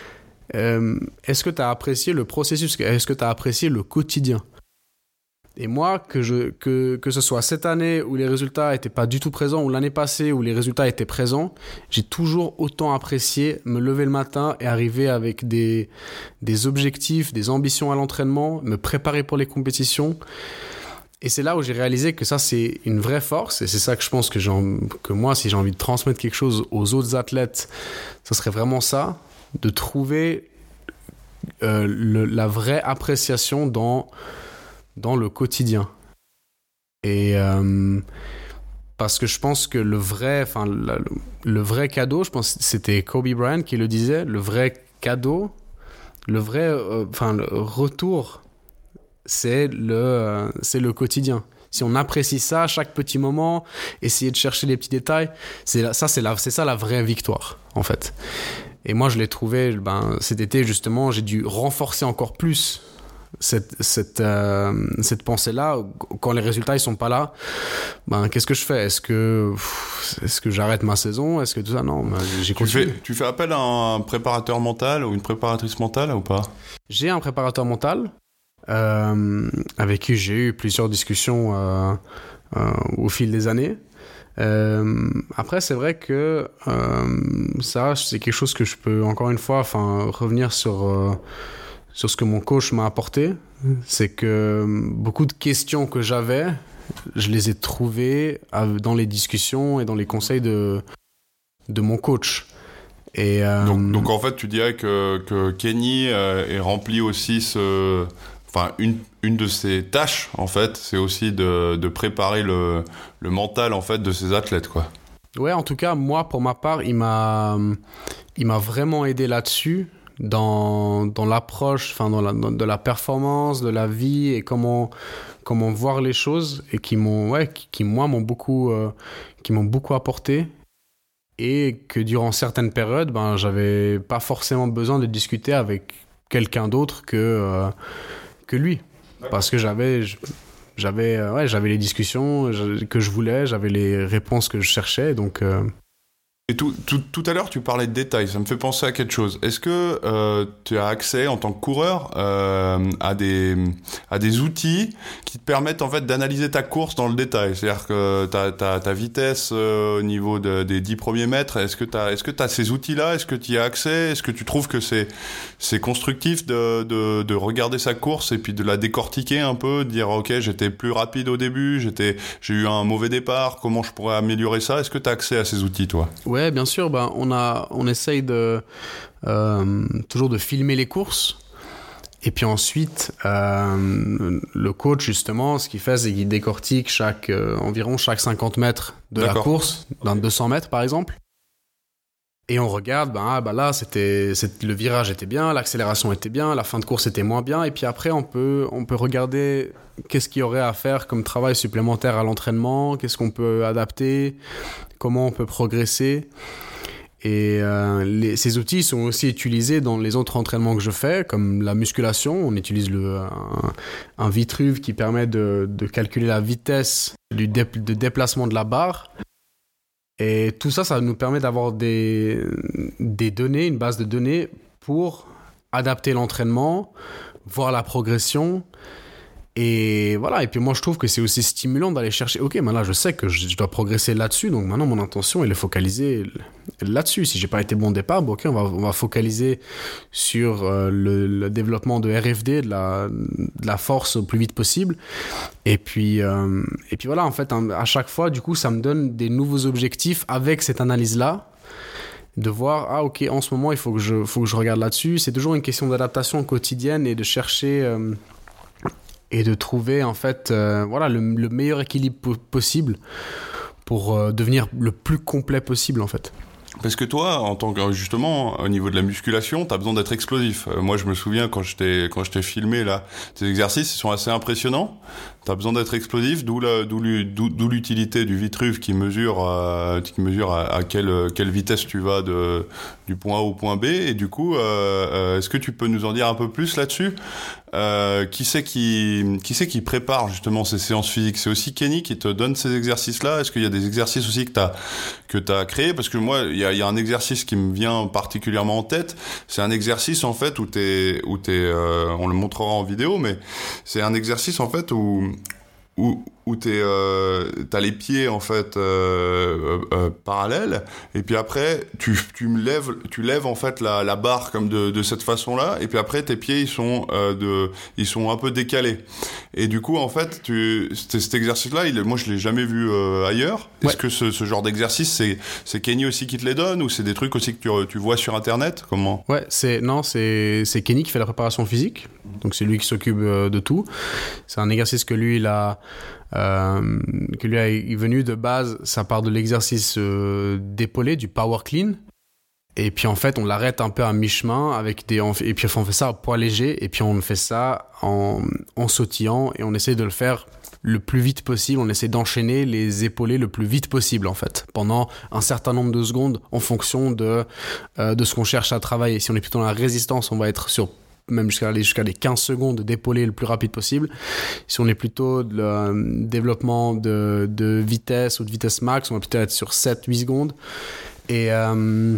euh, est-ce que tu as apprécié le processus ? Est-ce que tu as apprécié le quotidien ? Et moi, que, je, que, que ce soit cette année où les résultats n'étaient pas du tout présents, ou l'année passée où les résultats étaient présents, j'ai toujours autant apprécié me lever le matin et arriver avec des, des objectifs, des ambitions à l'entraînement, me préparer pour les compétitions. Et c'est là où j'ai réalisé que ça, c'est une vraie force. Et c'est ça que je pense que, j'ai, que moi, si j'ai envie de transmettre quelque chose aux autres athlètes, ça serait vraiment ça, de trouver euh, le, la vraie appréciation dans... dans le quotidien. Et euh, parce que je pense que le vrai, enfin le, le vrai cadeau, je pense que c'était Kobe Bryant qui le disait, le vrai cadeau, le vrai, enfin euh, le retour, c'est le, euh, c'est le quotidien. Si on apprécie ça, chaque petit moment, essayer de chercher les petits détails, c'est la, ça, c'est, la, c'est ça la vraie victoire, en fait. Et moi, je l'ai trouvé, ben, cet été, justement, j'ai dû renforcer encore plus cette, cette, euh, cette pensée-là. Quand les résultats ne sont pas là, ben, qu'est-ce que je fais ? Est-ce que, est-ce que j'arrête ma saison ? Est-ce que tout ça ? Non, ben, j'ai continué. Tu fais, tu fais appel à un préparateur mental ou une préparatrice mentale ou pas ? J'ai un préparateur mental euh, avec qui j'ai eu plusieurs discussions euh, euh, au fil des années. Euh, après, c'est vrai que euh, ça, c'est quelque chose que je peux, encore une fois, enfin, revenir sur, euh, sur ce que mon coach m'a apporté. C'est que beaucoup de questions que j'avais, je les ai trouvées dans les discussions et dans les conseils de, de mon coach. Et, euh, donc, donc, en fait, tu dirais que, que Kenny euh, est rempli aussi ce... Enfin, une, une de ses tâches, en fait, c'est aussi de, de préparer le, le mental, en fait, de ses athlètes, quoi. Ouais, en tout cas, moi, pour ma part, il m'a, il m'a vraiment aidé là-dessus, dans, dans l'approche, enfin, dans la, dans, de la performance, de la vie, et comment, comment voir les choses, et qui m'ont, ouais, qui, qui moi, m'ont beaucoup, euh, qui m'ont beaucoup apporté. Et que durant certaines périodes, ben, j'avais pas forcément besoin de discuter avec quelqu'un d'autre que... Euh, que lui, parce que j'avais j'avais ouais, j'avais les discussions que je voulais, j'avais les réponses que je cherchais, donc euh... Et tout, tout, tout à l'heure, tu parlais de détails, ça me fait penser à quelque chose. Est-ce que euh, tu as accès, en tant que coureur, euh, à, des, à des outils qui te permettent en fait, d'analyser ta course dans le détail ? C'est-à-dire que ta, ta, ta vitesse euh, au niveau de, des dix premiers mètres, est-ce que tu as est-ce que tu as ces outils-là ? Est-ce que tu y as accès ? Est-ce que tu trouves que c'est, c'est constructif de, de, de regarder sa course et puis de la décortiquer un peu, de dire « Ok, j'étais plus rapide au début, j'étais, j'ai eu un mauvais départ, comment je pourrais améliorer ça ?» Est-ce que tu as accès à ces outils, toi ? Ouais. Ouais, bien sûr, ben, on, a, on essaye de, euh, toujours de filmer les courses. Et puis ensuite, euh, le coach, justement, ce qu'il fait, c'est qu'il décortique chaque, euh, environ chaque cinquante mètres de D'accord. la course, d'un okay. deux cents mètres par exemple. Et on regarde, ben, ah, ben là, c'était, c'était, le virage était bien, l'accélération était bien, la fin de course était moins bien. Et puis après, on peut, on peut regarder qu'est-ce qu'il y aurait à faire comme travail supplémentaire à l'entraînement, qu'est-ce qu'on peut adapter, comment on peut progresser. Et euh, les, ces outils sont aussi utilisés dans les autres entraînements que je fais, comme la musculation. On utilise le, un, un Vitruve qui permet de, de calculer la vitesse du dé, de déplacement de la barre. Et tout ça, ça nous permet d'avoir des, des données, une base de données pour adapter l'entraînement, voir la progression. Et voilà, et puis moi je trouve que c'est aussi stimulant d'aller chercher, ok, mais là je sais que je dois progresser là-dessus, donc maintenant mon intention elle est focalisée là-dessus. Si j'ai pas été bon au départ, bon, ok, on va, on va focaliser sur euh, le, le développement de R F D, de la, de la force au plus vite possible. Et puis, euh, et puis voilà, en fait, hein, à chaque fois, du coup, ça me donne des nouveaux objectifs avec cette analyse-là. De voir, ah ok, en ce moment, il faut que je, faut que je regarde là-dessus. C'est toujours une question d'adaptation quotidienne et de chercher euh, et de trouver, en fait, euh, voilà, le, le meilleur équilibre po- possible pour euh, devenir le plus complet possible, en fait. Parce que toi, en tant que, justement, au niveau de la musculation, t'as besoin d'être explosif. Euh, moi, je me souviens quand je t'ai, quand je t'ai filmé, là, tes exercices, ils sont assez impressionnants. T'as besoin d'être explosif, d'où, la, d'où, d'où, d'où l'utilité du Vitruve qui mesure, euh, qui mesure à, à quelle, quelle vitesse tu vas de, du point A au point B. Et du coup, euh, euh, est-ce que tu peux nous en dire un peu plus là-dessus? Euh, qui c'est qui, qui c'est qui prépare justement ces séances physiques? C'est aussi Kenny qui te donne ces exercices-là? Est-ce qu'il y a des exercices aussi que t'as, que t'as créé? Parce que moi, il y a, il y a un exercice qui me vient particulièrement en tête. C'est un exercice, en fait, où t'es, où t'es, euh, on le montrera en vidéo, mais c'est un exercice, en fait, où, où, où t'es, euh, t'as les pieds, en fait, euh, euh, parallèles, et puis après, tu, tu me lèves, tu lèves, en fait, la, la barre comme de, de cette façon-là, et puis après, tes pieds, ils sont, euh, de, ils sont un peu décalés. Et du coup, en fait, tu, cet, cet exercice-là, il, moi, je l'ai jamais vu euh, ailleurs. Ouais. Est-ce que ce, ce genre d'exercice, c'est, c'est Kenny aussi qui te les donne, ou c'est des trucs aussi que tu, tu vois sur Internet? Comment? Ouais, c'est, non, c'est, c'est Kenny qui fait la préparation physique. Donc, c'est lui qui s'occupe euh, de tout. C'est un exercice que lui, il a, Euh, que lui est venu de base, ça part de l'exercice euh, d'épaulé, du power clean, et puis en fait on l'arrête un peu à mi-chemin avec des, et puis on fait ça à poids léger, et puis on fait ça en, en sautillant, et on essaie de le faire le plus vite possible, on essaie d'enchaîner les épaulés le plus vite possible en fait, pendant un certain nombre de secondes en fonction de, euh, de ce qu'on cherche à travailler. Si on est plutôt dans la résistance, on va être sur même jusqu'à les, jusqu'à les quinze secondes d'épaulé le plus rapide possible. Si on est plutôt de le développement de, de vitesse ou de vitesse max, on va plutôt être sur sept huit secondes. Et, euh,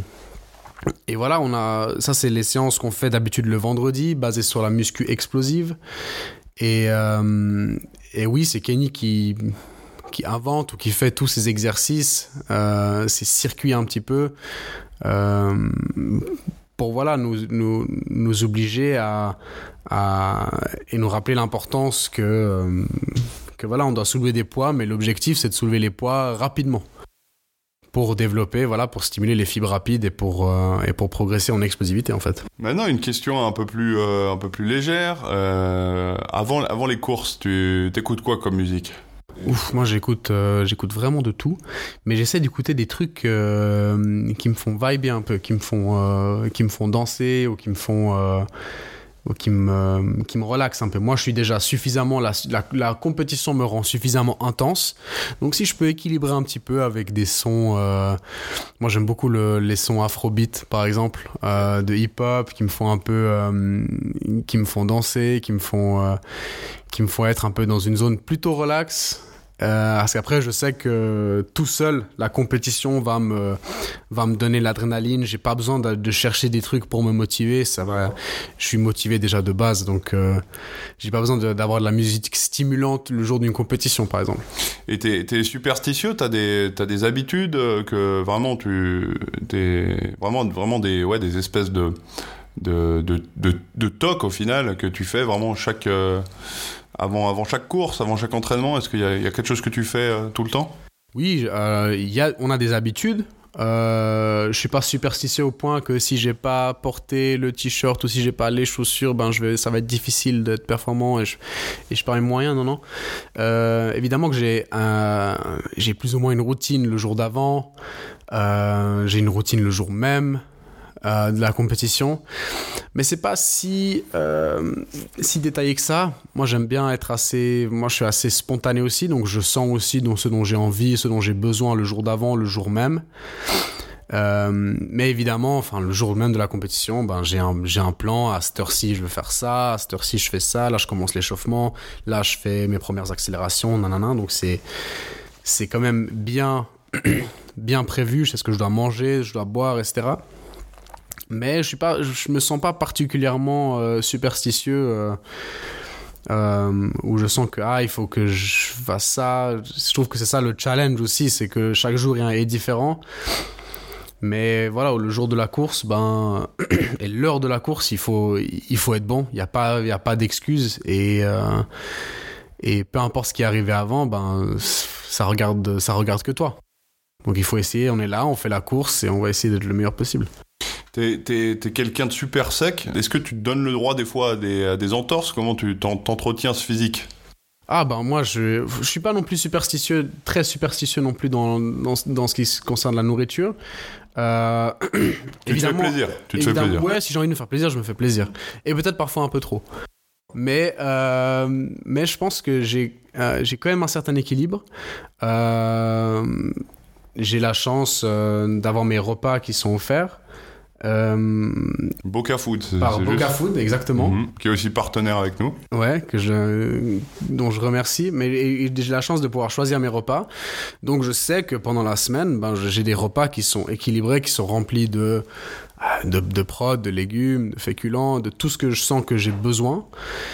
et voilà, on a, ça c'est les séances qu'on fait d'habitude le vendredi, basées sur la muscu explosive. Et, euh, et oui, c'est Kenny qui, qui invente ou qui fait tous ces exercices, euh, ces circuits un petit peu, euh, pour voilà, nous, nous, nous obliger à, à, et nous rappeler l'importance que, euh, que voilà, on doit soulever des poids, mais l'objectif c'est de soulever les poids rapidement pour développer, voilà, pour stimuler les fibres rapides et pour, euh, et pour progresser en explosivité en fait. Maintenant, une question un peu plus, euh, un peu plus légère. Euh, avant, avant les courses, tu t'écoutes quoi comme musique? Ouf, moi j'écoute, euh, j'écoute vraiment de tout, mais j'essaie d'écouter des trucs euh, qui me font vibrer un peu, qui me font, euh, qui me font danser ou qui me font, euh, ou qui me, euh, qui me relaxent un peu. Moi je suis déjà suffisamment, la, la, la compétition me rend suffisamment intense, donc si je peux équilibrer un petit peu avec des sons, euh, moi j'aime beaucoup le, les sons afrobeat par exemple, euh, de hip-hop qui me font un peu, euh, qui me font danser, qui me font... Euh, qui me font être un peu dans une zone plutôt relax, euh, parce qu'après je sais que tout seul la compétition va me va me donner l'adrénaline, j'ai pas besoin de, de chercher des trucs pour me motiver, ça va, je suis motivé déjà de base, donc euh, j'ai pas besoin de, d'avoir de la musique stimulante le jour d'une compétition par exemple. Et t'es, t'es superstitieux, t'as des t'as des habitudes que vraiment tu t'es vraiment vraiment des ouais des espèces de de de de, de toc au final que tu fais vraiment chaque euh, avant avant chaque course, avant chaque entraînement. Est-ce qu'il y a, il y a quelque chose que tu fais euh, tout le temps? Oui, euh, il y a, on a des habitudes. Euh, je suis pas superstitieux au point que si j'ai pas porté le t-shirt ou si j'ai pas les chaussures, ben je vais, ça va être difficile d'être performant et je, et je perds mes moyens. Non, non. Euh, évidemment que j'ai un, j'ai plus ou moins une routine le jour d'avant. Euh, j'ai une routine le jour même. Euh, de la compétition, mais c'est pas si euh, si détaillé que ça. Moi j'aime bien être assez, moi je suis assez spontané aussi, donc je sens aussi dans ce dont j'ai envie, ce dont j'ai besoin le jour d'avant, le jour même. Euh, mais évidemment, enfin le jour même de la compétition, ben j'ai un j'ai un plan. À cette heure-ci je veux faire ça, à cette heure-ci je fais ça. Là je commence l'échauffement, là je fais mes premières accélérations, nanana. Donc c'est c'est quand même bien bien prévu. Je sais ce que je dois manger, je dois boire, et cetera. Mais je suis pas, je me sens pas particulièrement euh, superstitieux euh, euh, où je sens que ah il faut que je fasse ça. Je trouve que c'est ça le challenge aussi, c'est que chaque jour est différent. Mais voilà, le jour de la course, ben, et l'heure de la course, il faut, il faut être bon. Il n'y a pas, il y a pas d'excuses. Et, euh, et peu importe ce qui est arrivé avant, ben, ça regarde, ça regarde que toi. Donc il faut essayer, on est là, on fait la course et on va essayer d'être le meilleur possible. T'es, t'es, t'es quelqu'un de super sec. Est-ce que tu te donnes le droit des fois à des, à des entorses? Comment tu t'en, t'entretiens ce physique? Ah ben moi je je suis pas non plus superstitieux, très superstitieux non plus dans dans, dans ce qui concerne la nourriture. Euh, tu te fais plaisir. Tu te fais plaisir. Ouais, si j'ai envie de me faire plaisir, je me fais plaisir. Et peut-être parfois un peu trop. Mais euh, mais je pense que j'ai euh, j'ai quand même un certain équilibre. Euh, j'ai la chance euh, d'avoir mes repas qui sont offerts. Euh, Boca Food, c'est, par c'est Boca juste... Food, exactement. Mmh, qui est aussi partenaire avec nous. Ouais, que je, dont je remercie. Mais et, et j'ai la chance de pouvoir choisir mes repas. Donc je sais que pendant la semaine, ben, j'ai des repas qui sont équilibrés, qui sont remplis de, de, de prod, de légumes, de féculents, de tout ce que je sens que j'ai besoin.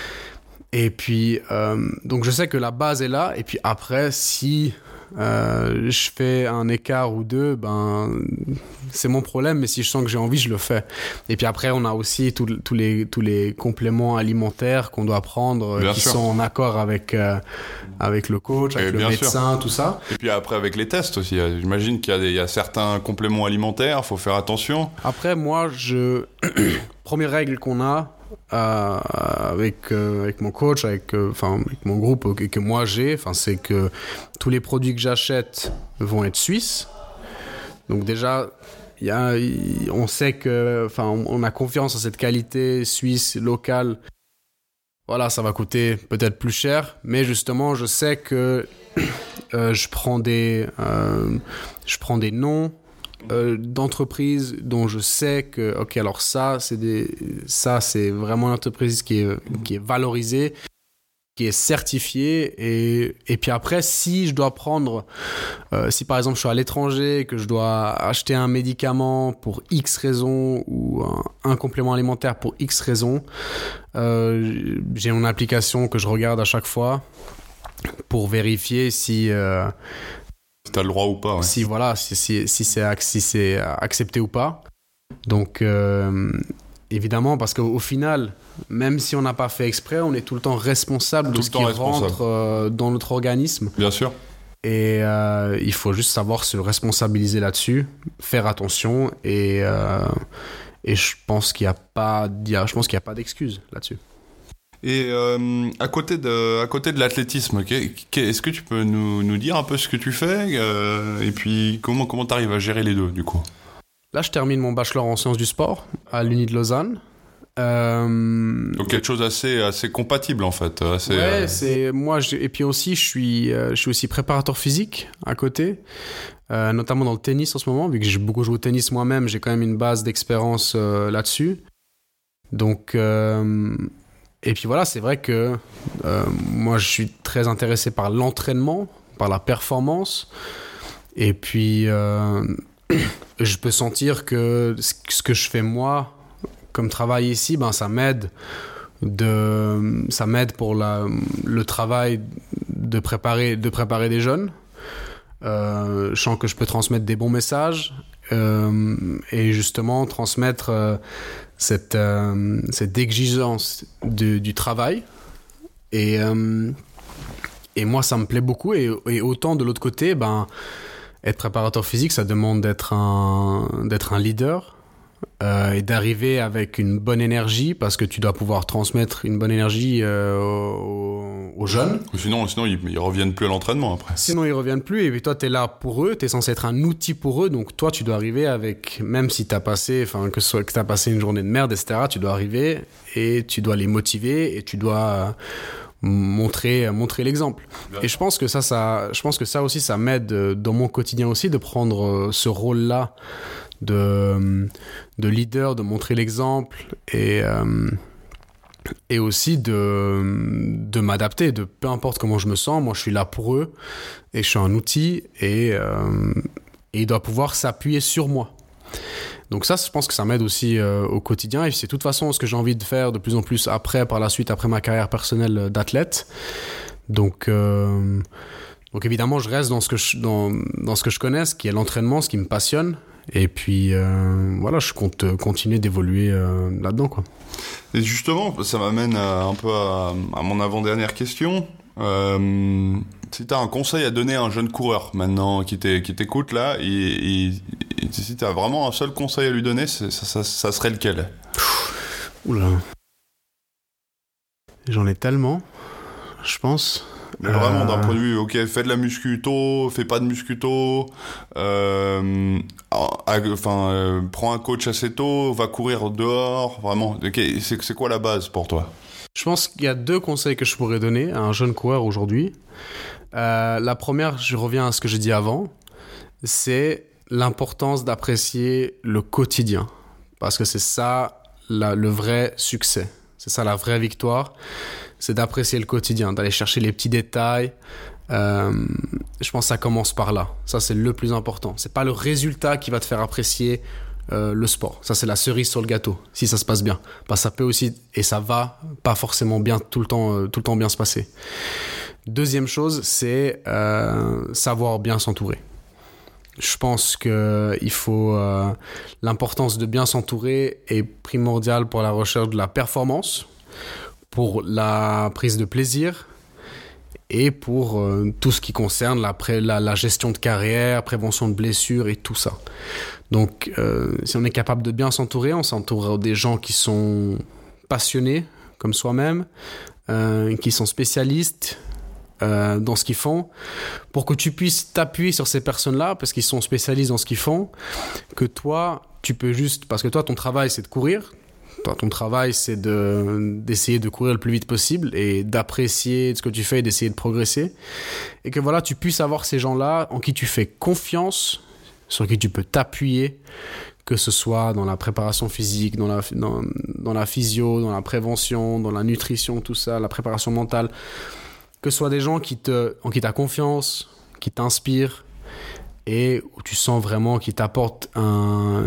Et puis, euh, donc je sais que la base est là. Et puis après, si... Euh, je fais un écart ou deux, ben c'est mon problème, mais si je sens que j'ai envie, je le fais. Et puis après, on a aussi tous les tous les compléments alimentaires qu'on doit prendre, bien qui sûr. Sont en accord avec euh, avec le coach, avec et le médecin, sûr. Tout ça. Et puis après avec les tests aussi, j'imagine qu'il y a des, il y a certains compléments alimentaires, faut faire attention. Après, moi, je première règle qu'on a. Euh, avec euh, avec mon coach, avec enfin euh, avec mon groupe que, que moi j'ai, enfin c'est que tous les produits que j'achète vont être suisses. Donc déjà, il y a, y, on sait que, enfin on, on a confiance en cette qualité suisse locale. Voilà, ça va coûter peut-être plus cher, mais justement, je sais que euh, je prends des euh, je prends des noms. Euh, d'entreprises dont je sais que ok alors ça c'est des ça c'est vraiment une entreprise qui est qui est valorisée, qui est certifiée, et et puis après si je dois prendre euh, si par exemple je suis à l'étranger, que je dois acheter un médicament pour X raison ou un, un complément alimentaire pour X raison, euh, j'ai une application que je regarde à chaque fois pour vérifier si euh, si t'as le droit ou pas, ouais. Si voilà, si, si, si, c'est, si c'est accepté ou pas. Donc, euh, évidemment, parce qu'au final, même si on n'a pas fait exprès, on est tout le temps responsable tout de ce qui rentre euh, dans notre organisme. Bien sûr. Et euh, il faut juste savoir se responsabiliser là-dessus, faire attention, et, euh, et je pense qu'il n'y a pas, je pense qu'il n'y a pas d'excuse là-dessus. Et euh, à côté de à côté de l'athlétisme, okay, est-ce que tu peux nous, nous dire un peu ce que tu fais euh, et puis comment comment t'arrives à gérer les deux du coup? Là, je termine mon bachelor en sciences du sport à l'Uni de Lausanne. Euh... Donc quelque chose assez assez compatible en fait. Assez, ouais, euh... c'est moi je... et puis aussi je suis euh, je suis aussi préparateur physique à côté, euh, notamment dans le tennis en ce moment, vu que j'ai beaucoup joué au tennis moi-même, j'ai quand même une base d'expérience euh, là-dessus. Donc euh... Et puis voilà, c'est vrai que euh, moi je suis très intéressé par l'entraînement, par la performance. Et puis euh, je peux sentir que ce que je fais moi comme travail ici, ben, ça m'aide, de, ça m'aide pour la, le travail de préparer, de préparer des jeunes. Euh, je sens que je peux transmettre des bons messages euh, et justement transmettre... Euh, cette, euh, cette exigence de, du travail, et, euh, et moi ça me plaît beaucoup, et, et autant de l'autre côté, ben, être préparateur physique ça demande d'être un, d'être un leader, euh, et d'arriver avec une bonne énergie, parce que tu dois pouvoir transmettre une bonne énergie euh, aux, aux jeunes. Sinon, sinon ils, ils reviennent plus à l'entraînement après. Sinon ils reviennent plus, et puis toi t'es là pour eux, t'es censé être un outil pour eux, donc toi tu dois arriver avec, même si t'as passé, enfin que ce soit que t'as passé une journée de merde, et cetera, tu dois arriver et tu dois les motiver et tu dois montrer montrer l'exemple. Bien. Et je pense que ça ça je pense que ça aussi ça m'aide dans mon quotidien aussi, de prendre ce rôle là de de leader, de montrer l'exemple, et euh, et aussi de de m'adapter, de peu importe comment je me sens, moi je suis là pour eux et je suis un outil, et euh, et il doit pouvoir s'appuyer sur moi. Donc ça, je pense que ça m'aide aussi euh, au quotidien, et c'est de toute façon ce que j'ai envie de faire de plus en plus après, par la suite, après ma carrière personnelle d'athlète. Donc euh, donc évidemment, je reste dans ce que je dans dans ce que je connais, ce qui est l'entraînement, ce qui me passionne. Et puis, euh, voilà, je compte continuer d'évoluer euh, là-dedans, quoi. Et justement, ça m'amène à, un peu à, à mon avant-dernière question. Euh, si tu as un conseil à donner à un jeune coureur maintenant qui t'écoute là, et, et, et si tu as vraiment un seul conseil à lui donner, ça, ça, ça serait lequel? Oula. J'en ai tellement, je pense. Mais vraiment, d'un point de vue, ok, fais de la muscu tôt, fais pas de muscu tôt, euh, enfin, euh, prends un coach assez tôt, va courir dehors, vraiment. Okay, c'est, c'est quoi la base pour toi? Je pense qu'il y a deux conseils que je pourrais donner à un jeune coureur aujourd'hui. Euh, la première, je reviens à ce que j'ai dit avant, c'est l'importance d'apprécier le quotidien. Parce que c'est ça la, le vrai succès. C'est ça la vraie victoire. C'est d'apprécier le quotidien, d'aller chercher les petits détails. Euh, je pense que ça commence par là. Ça, c'est le plus important. C'est pas le résultat qui va te faire apprécier euh, le sport. Ça, c'est la cerise sur le gâteau, si ça se passe bien. Parce que ça peut aussi, et ça va pas forcément bien tout le temps, euh, tout le temps bien se passer. Deuxième chose, c'est euh, savoir bien s'entourer. Je pense que il faut euh, l'importance de bien s'entourer est primordiale pour la recherche de la performance, pour la prise de plaisir et pour euh, tout ce qui concerne la, pré- la, la gestion de carrière, prévention de blessures et tout ça. Donc, euh, si on est capable de bien s'entourer, on s'entoure des gens qui sont passionnés comme soi-même, euh, qui sont spécialistes euh, dans ce qu'ils font, pour que tu puisses t'appuyer sur ces personnes-là, parce qu'ils sont spécialistes dans ce qu'ils font, que toi, tu peux juste... Parce que toi, ton travail, c'est de courir. Toi, ton travail, c'est de, d'essayer de courir le plus vite possible et d'apprécier ce que tu fais et d'essayer de progresser. Et que voilà, tu puisses avoir ces gens-là en qui tu fais confiance, sur qui tu peux t'appuyer, que ce soit dans la préparation physique, dans la, dans, dans la physio, dans la prévention, dans la nutrition, tout ça, la préparation mentale. Que ce soit des gens qui te, en qui tu as confiance, qui t'inspirent et où tu sens vraiment qu'ils t'apportent un,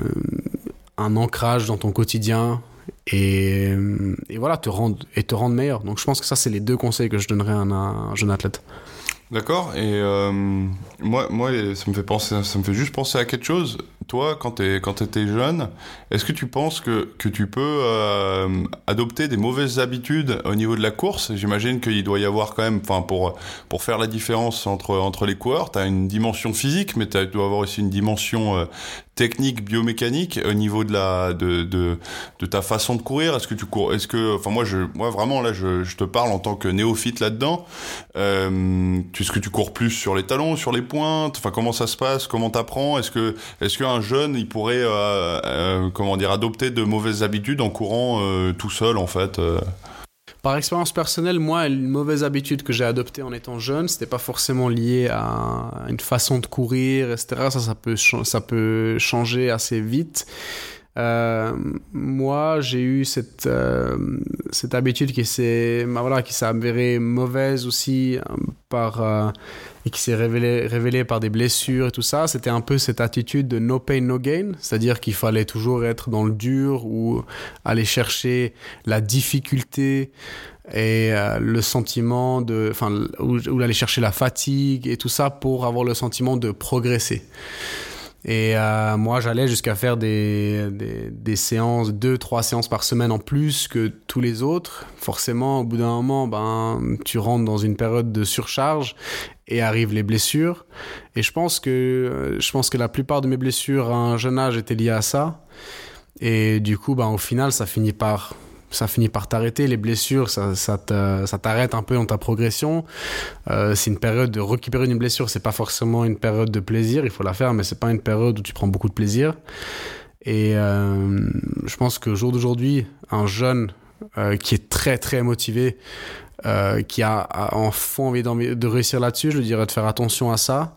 un ancrage dans ton quotidien. Et, et voilà, te rendre, et te rendre meilleur. Donc je pense que ça, c'est les deux conseils que je donnerais à un, à un jeune athlète. D'accord. Et euh, moi, moi, ça me fait penser, ça me fait juste penser à quelque chose. Toi, quand t'es, quand t'étais jeune, est-ce que tu penses que que tu peux euh, adopter des mauvaises habitudes au niveau de la course? J'imagine qu'il doit y avoir quand même, enfin, pour pour faire la différence entre entre les coureurs, t'as une dimension physique, mais tu dois avoir aussi une dimension euh, technique, biomécanique au niveau de la de de de ta façon de courir. Est-ce que tu cours? Est-ce que, enfin, moi, je, moi vraiment là, je je te parle en tant que néophyte là-dedans. Euh, est-ce que tu cours plus sur les talons, sur les pointes? Enfin, comment ça se passe? Comment t'apprends? Est-ce que est-ce qu'un jeune, il pourrait, euh, euh, comment dire, adopter de mauvaises habitudes en courant euh, tout seul, en fait euh... Par expérience personnelle, moi, une mauvaise habitude que j'ai adoptée en étant jeune, c'était pas forcément lié à une façon de courir, et cetera. Ça, ça peut, ça peut changer assez vite. Euh, moi, j'ai eu cette euh, cette habitude qui s'est, bah voilà, qui s'est avérée mauvaise aussi euh, par euh, et qui s'est révélée révélée par des blessures et tout ça. C'était un peu cette attitude de no pain no gain, c'est-à-dire qu'il fallait toujours être dans le dur ou aller chercher la difficulté et euh, le sentiment de, enfin, ou, ou aller chercher la fatigue et tout ça pour avoir le sentiment de progresser. Et euh, moi, j'allais jusqu'à faire des, des, des séances, deux, trois séances par semaine en plus que tous les autres. Forcément, au bout d'un moment, ben, tu rentres dans une période de surcharge et arrivent les blessures. Et je pense que, je pense que la plupart de mes blessures à un jeune âge étaient liées à ça. Et du coup, ben, au final, ça finit par... ça finit par t'arrêter. Les blessures, ça, ça, te, ça t'arrête un peu dans ta progression. Euh, c'est une période de récupérer une blessure. C'est pas forcément une période de plaisir. Il faut la faire, mais c'est pas une période où tu prends beaucoup de plaisir. Et euh, je pense qu'au jour d'aujourd'hui, un jeune euh, qui est très très motivé, euh, qui a, a en fond envie de réussir là-dessus, je lui dirais de faire attention à ça.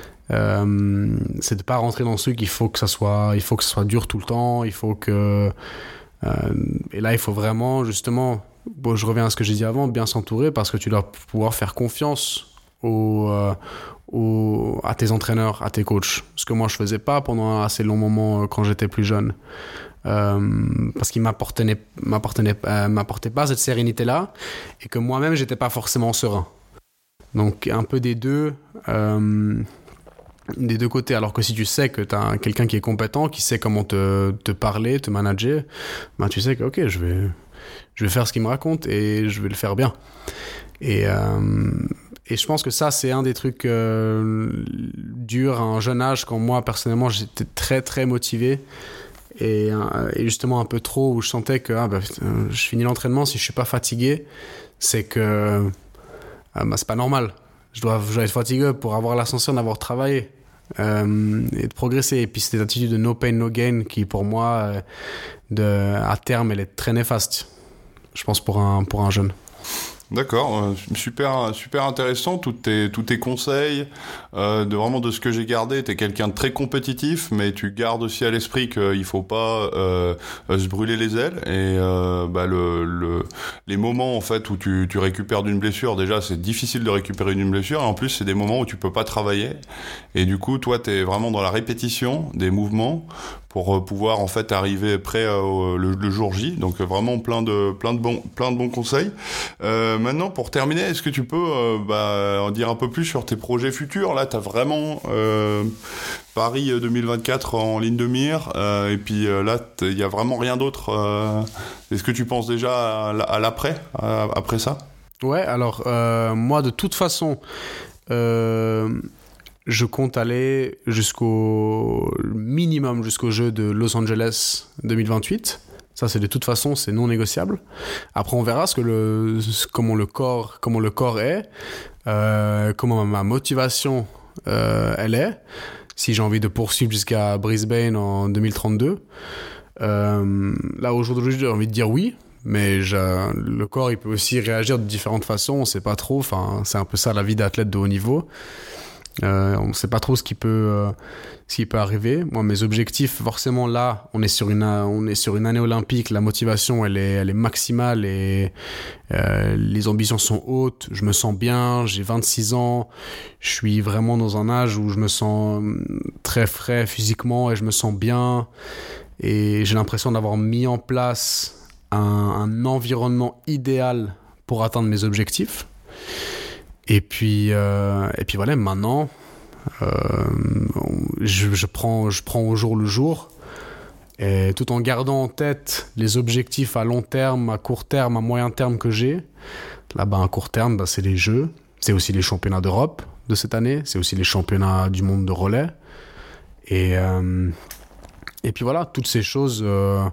Euh, c'est de pas rentrer dans ce truc. Il faut que ça soit, il faut que ça soit dur tout le temps. Il faut que Euh, et là, il faut vraiment, justement, bon, je reviens à ce que j'ai dit avant, bien s'entourer parce que tu dois pouvoir faire confiance aux, euh, aux, à tes entraîneurs, à tes coachs. Ce que moi, je faisais pas pendant un assez long moment euh, quand j'étais plus jeune. Euh, parce qu'ils m'apportaient, m'apportaient, euh, m'apportaient pas cette sérénité-là et que moi-même, j'étais pas forcément serein. Donc, un peu des deux. Euh, des deux côtés. Alors que si tu sais que tu as quelqu'un qui est compétent, qui sait comment te, te parler, te manager, ben tu sais que ok, je vais, je vais faire ce qu'il me raconte et je vais le faire bien. Et, euh, et je pense que ça, c'est un des trucs euh, durs à un jeune âge, quand moi, personnellement, j'étais très, très motivé. Et, et justement un peu trop, où je sentais que ah, bah, je finis l'entraînement, si je suis pas fatigué, c'est que ah, bah, c'est pas normal. Je dois, je dois être fatigué pour avoir l'ascension d'avoir travaillé euh, et de progresser. Et puis cette attitude de no pain, no gain qui pour moi, euh, de, à terme, elle est très néfaste, je pense, pour un, pour un jeune. D'accord, euh, super, super intéressant, tous tes, tous tes conseils, euh, de vraiment de ce que j'ai gardé, t'es quelqu'un de très compétitif, mais tu gardes aussi à l'esprit qu'il faut pas euh, se brûler les ailes, et euh, bah, le, le, les moments en fait où tu, tu récupères d'une blessure, déjà c'est difficile de récupérer d'une blessure, et en plus c'est des moments où tu peux pas travailler, et du coup toi t'es vraiment dans la répétition des mouvements, pour pouvoir en fait arriver prêt euh, le, le jour J. Donc vraiment plein de plein de bons plein de bons conseils. Euh, maintenant pour terminer, est-ce que tu peux euh, bah, en dire un peu plus sur tes projets futurs? Là, t'as vraiment euh, Paris deux mille vingt-quatre en ligne de mire, euh, et puis euh, là il y a vraiment rien d'autre. Euh, est-ce que tu penses déjà à, à l'après, à, après ça? Ouais, alors euh, moi de toute façon. Euh... Je compte aller jusqu'au minimum jusqu'au jeu de Los Angeles deux mille vingt-huit. Ça, c'est de toute façon, c'est non négociable. Après, on verra ce que le, comment le corps, comment le corps est, euh, comment ma motivation euh, elle est. Si j'ai envie de poursuivre jusqu'à Brisbane en deux mille trente-deux, euh, là aujourd'hui, j'ai envie de dire oui. Mais je, le corps, il peut aussi réagir de différentes façons. On sait pas trop. Enfin, c'est un peu ça la vie d'athlète de haut niveau. Euh, on ne sait pas trop ce qui peut, euh, ce qui peut arriver. Moi, mes objectifs, forcément, là, on est sur une, on est sur une année olympique. La motivation, elle est, elle est maximale et euh, les ambitions sont hautes. Je me sens bien. J'ai vingt-six ans. Je suis vraiment dans un âge où je me sens très frais physiquement et je me sens bien. Et j'ai l'impression d'avoir mis en place un, un environnement idéal pour atteindre mes objectifs. Et puis, euh, et puis voilà, maintenant, euh, je, je, prends, je prends au jour le jour, et tout en gardant en tête les objectifs à long terme, à court terme, à moyen terme que j'ai. Là-bas, à court terme, bah, c'est les Jeux, c'est aussi les championnats d'Europe de cette année, c'est aussi les championnats du monde de relais. Et, euh, et puis voilà, toutes ces choses, euh,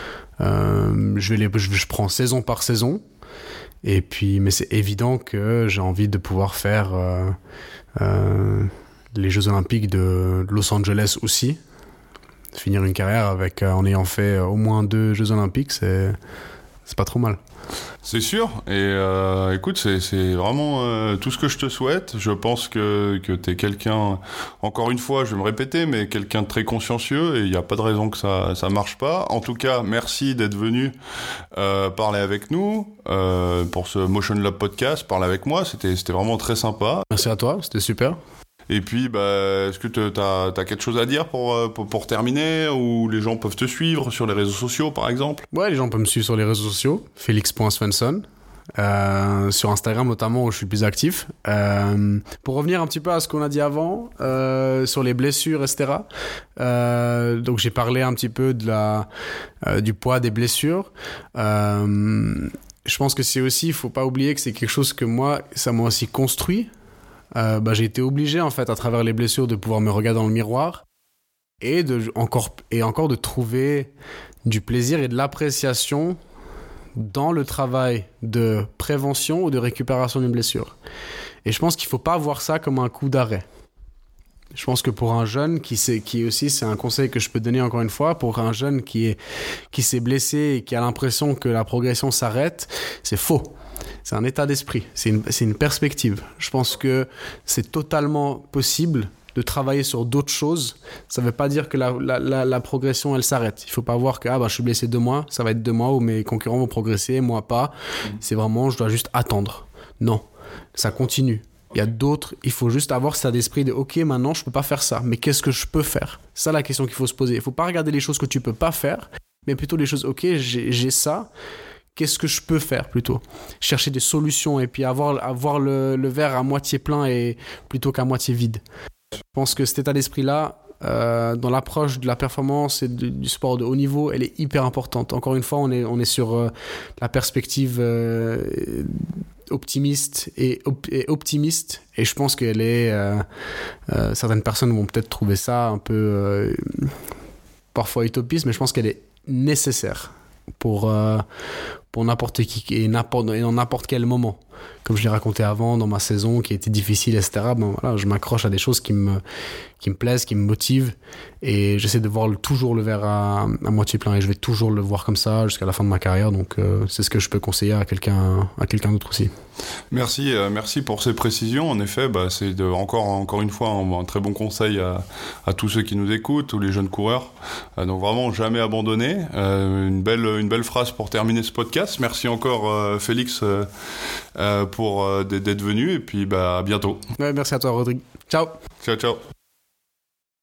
euh, je, vais les, je, je prends saison par saison. Et puis, mais c'est évident que j'ai envie de pouvoir faire euh, euh, les Jeux Olympiques de Los Angeles aussi. Finir une carrière avec, euh, en ayant fait au moins deux Jeux Olympiques, c'est, c'est pas trop mal. C'est sûr, et euh, écoute, c'est, c'est vraiment euh, tout ce que je te souhaite. Je pense que, que t'es quelqu'un, encore une fois, je vais me répéter, mais quelqu'un de très consciencieux, et il n'y a pas de raison que ça ça marche pas. En tout cas, merci d'être venu euh, parler avec nous euh, pour ce Motion Lab podcast, parler avec moi, c'était, c'était vraiment très sympa. Merci à toi, c'était super. Et puis, bah, est-ce que t'as, t'as quelque chose à dire pour, pour, pour terminer, ou les gens peuvent te suivre sur les réseaux sociaux, par exemple? Ouais, les gens peuvent me suivre sur les réseaux sociaux, félix point svensson, euh, sur Instagram notamment, où je suis plus actif. Euh, pour revenir un petit peu à ce qu'on a dit avant, euh, sur les blessures, et cetera. Euh, donc, j'ai parlé un petit peu de la, euh, du poids des blessures. Euh, je pense que c'est aussi, il faut pas oublier que c'est quelque chose que moi, ça m'a aussi construit. Euh, bah, j'ai été obligé en fait à travers les blessures de pouvoir me regarder dans le miroir et de encore et encore de trouver du plaisir et de l'appréciation dans le travail de prévention ou de récupération d'une blessure. Et je pense qu'il faut pas voir ça comme un coup d'arrêt. Je pense que pour un jeune qui sait, qui aussi, c'est un conseil que je peux donner encore une fois, pour un jeune qui est qui s'est blessé et qui a l'impression que la progression s'arrête, c'est faux. C'est un état d'esprit, c'est une, c'est une perspective. Je pense que c'est totalement possible de travailler sur d'autres choses. Ça ne veut pas dire que la, la, la, la progression, elle s'arrête. Il ne faut pas voir que ah, bah, je suis blessé deux mois, ça va être deux mois où mes concurrents vont progresser, moi pas. Mmh. C'est vraiment, je dois juste attendre. Non, ça continue. Il y a d'autres, il faut juste avoir cet état d'esprit de « Ok, maintenant, je ne peux pas faire ça, mais qu'est-ce que je peux faire ?» C'est ça la question qu'il faut se poser. Il ne faut pas regarder les choses que tu ne peux pas faire, mais plutôt les choses « Ok, j'ai, j'ai ça. » Qu'est-ce que je peux faire plutôt? Chercher des solutions et puis avoir, avoir le, le verre à moitié plein et, plutôt qu'à moitié vide. Je pense que cet état d'esprit-là, euh, dans l'approche de la performance et de, du sport de haut niveau, elle est hyper importante. Encore une fois, on est, on est sur euh, la perspective euh, optimiste et, op- et optimiste. Et je pense qu'elle est... Euh, euh, certaines personnes vont peut-être trouver ça un peu... Euh, parfois utopiste, mais je pense qu'elle est nécessaire pour, euh, pour n'importe qui et, n'importe, et dans n'importe quel moment. Comme je l'ai raconté avant, dans ma saison qui était difficile, et cetera, ben voilà, je m'accroche à des choses qui me, qui me plaisent, qui me motivent, et j'essaie de voir le, toujours le verre à, à moitié plein, et je vais toujours le voir comme ça jusqu'à la fin de ma carrière, donc euh, c'est ce que je peux conseiller à quelqu'un, à quelqu'un d'autre aussi. Merci, euh, merci pour ces précisions. En effet, bah, c'est de, encore, encore une fois un, un très bon conseil à, à tous ceux qui nous écoutent, tous les jeunes coureurs. Euh, donc vraiment, jamais abandonner. Euh, une belle, une belle phrase pour terminer ce podcast. Merci encore, euh, Félix, euh, euh, pour euh, d'être venu. Et puis, bah, à bientôt. Ouais, merci à toi, Rodrigue. Ciao. Ciao, ciao.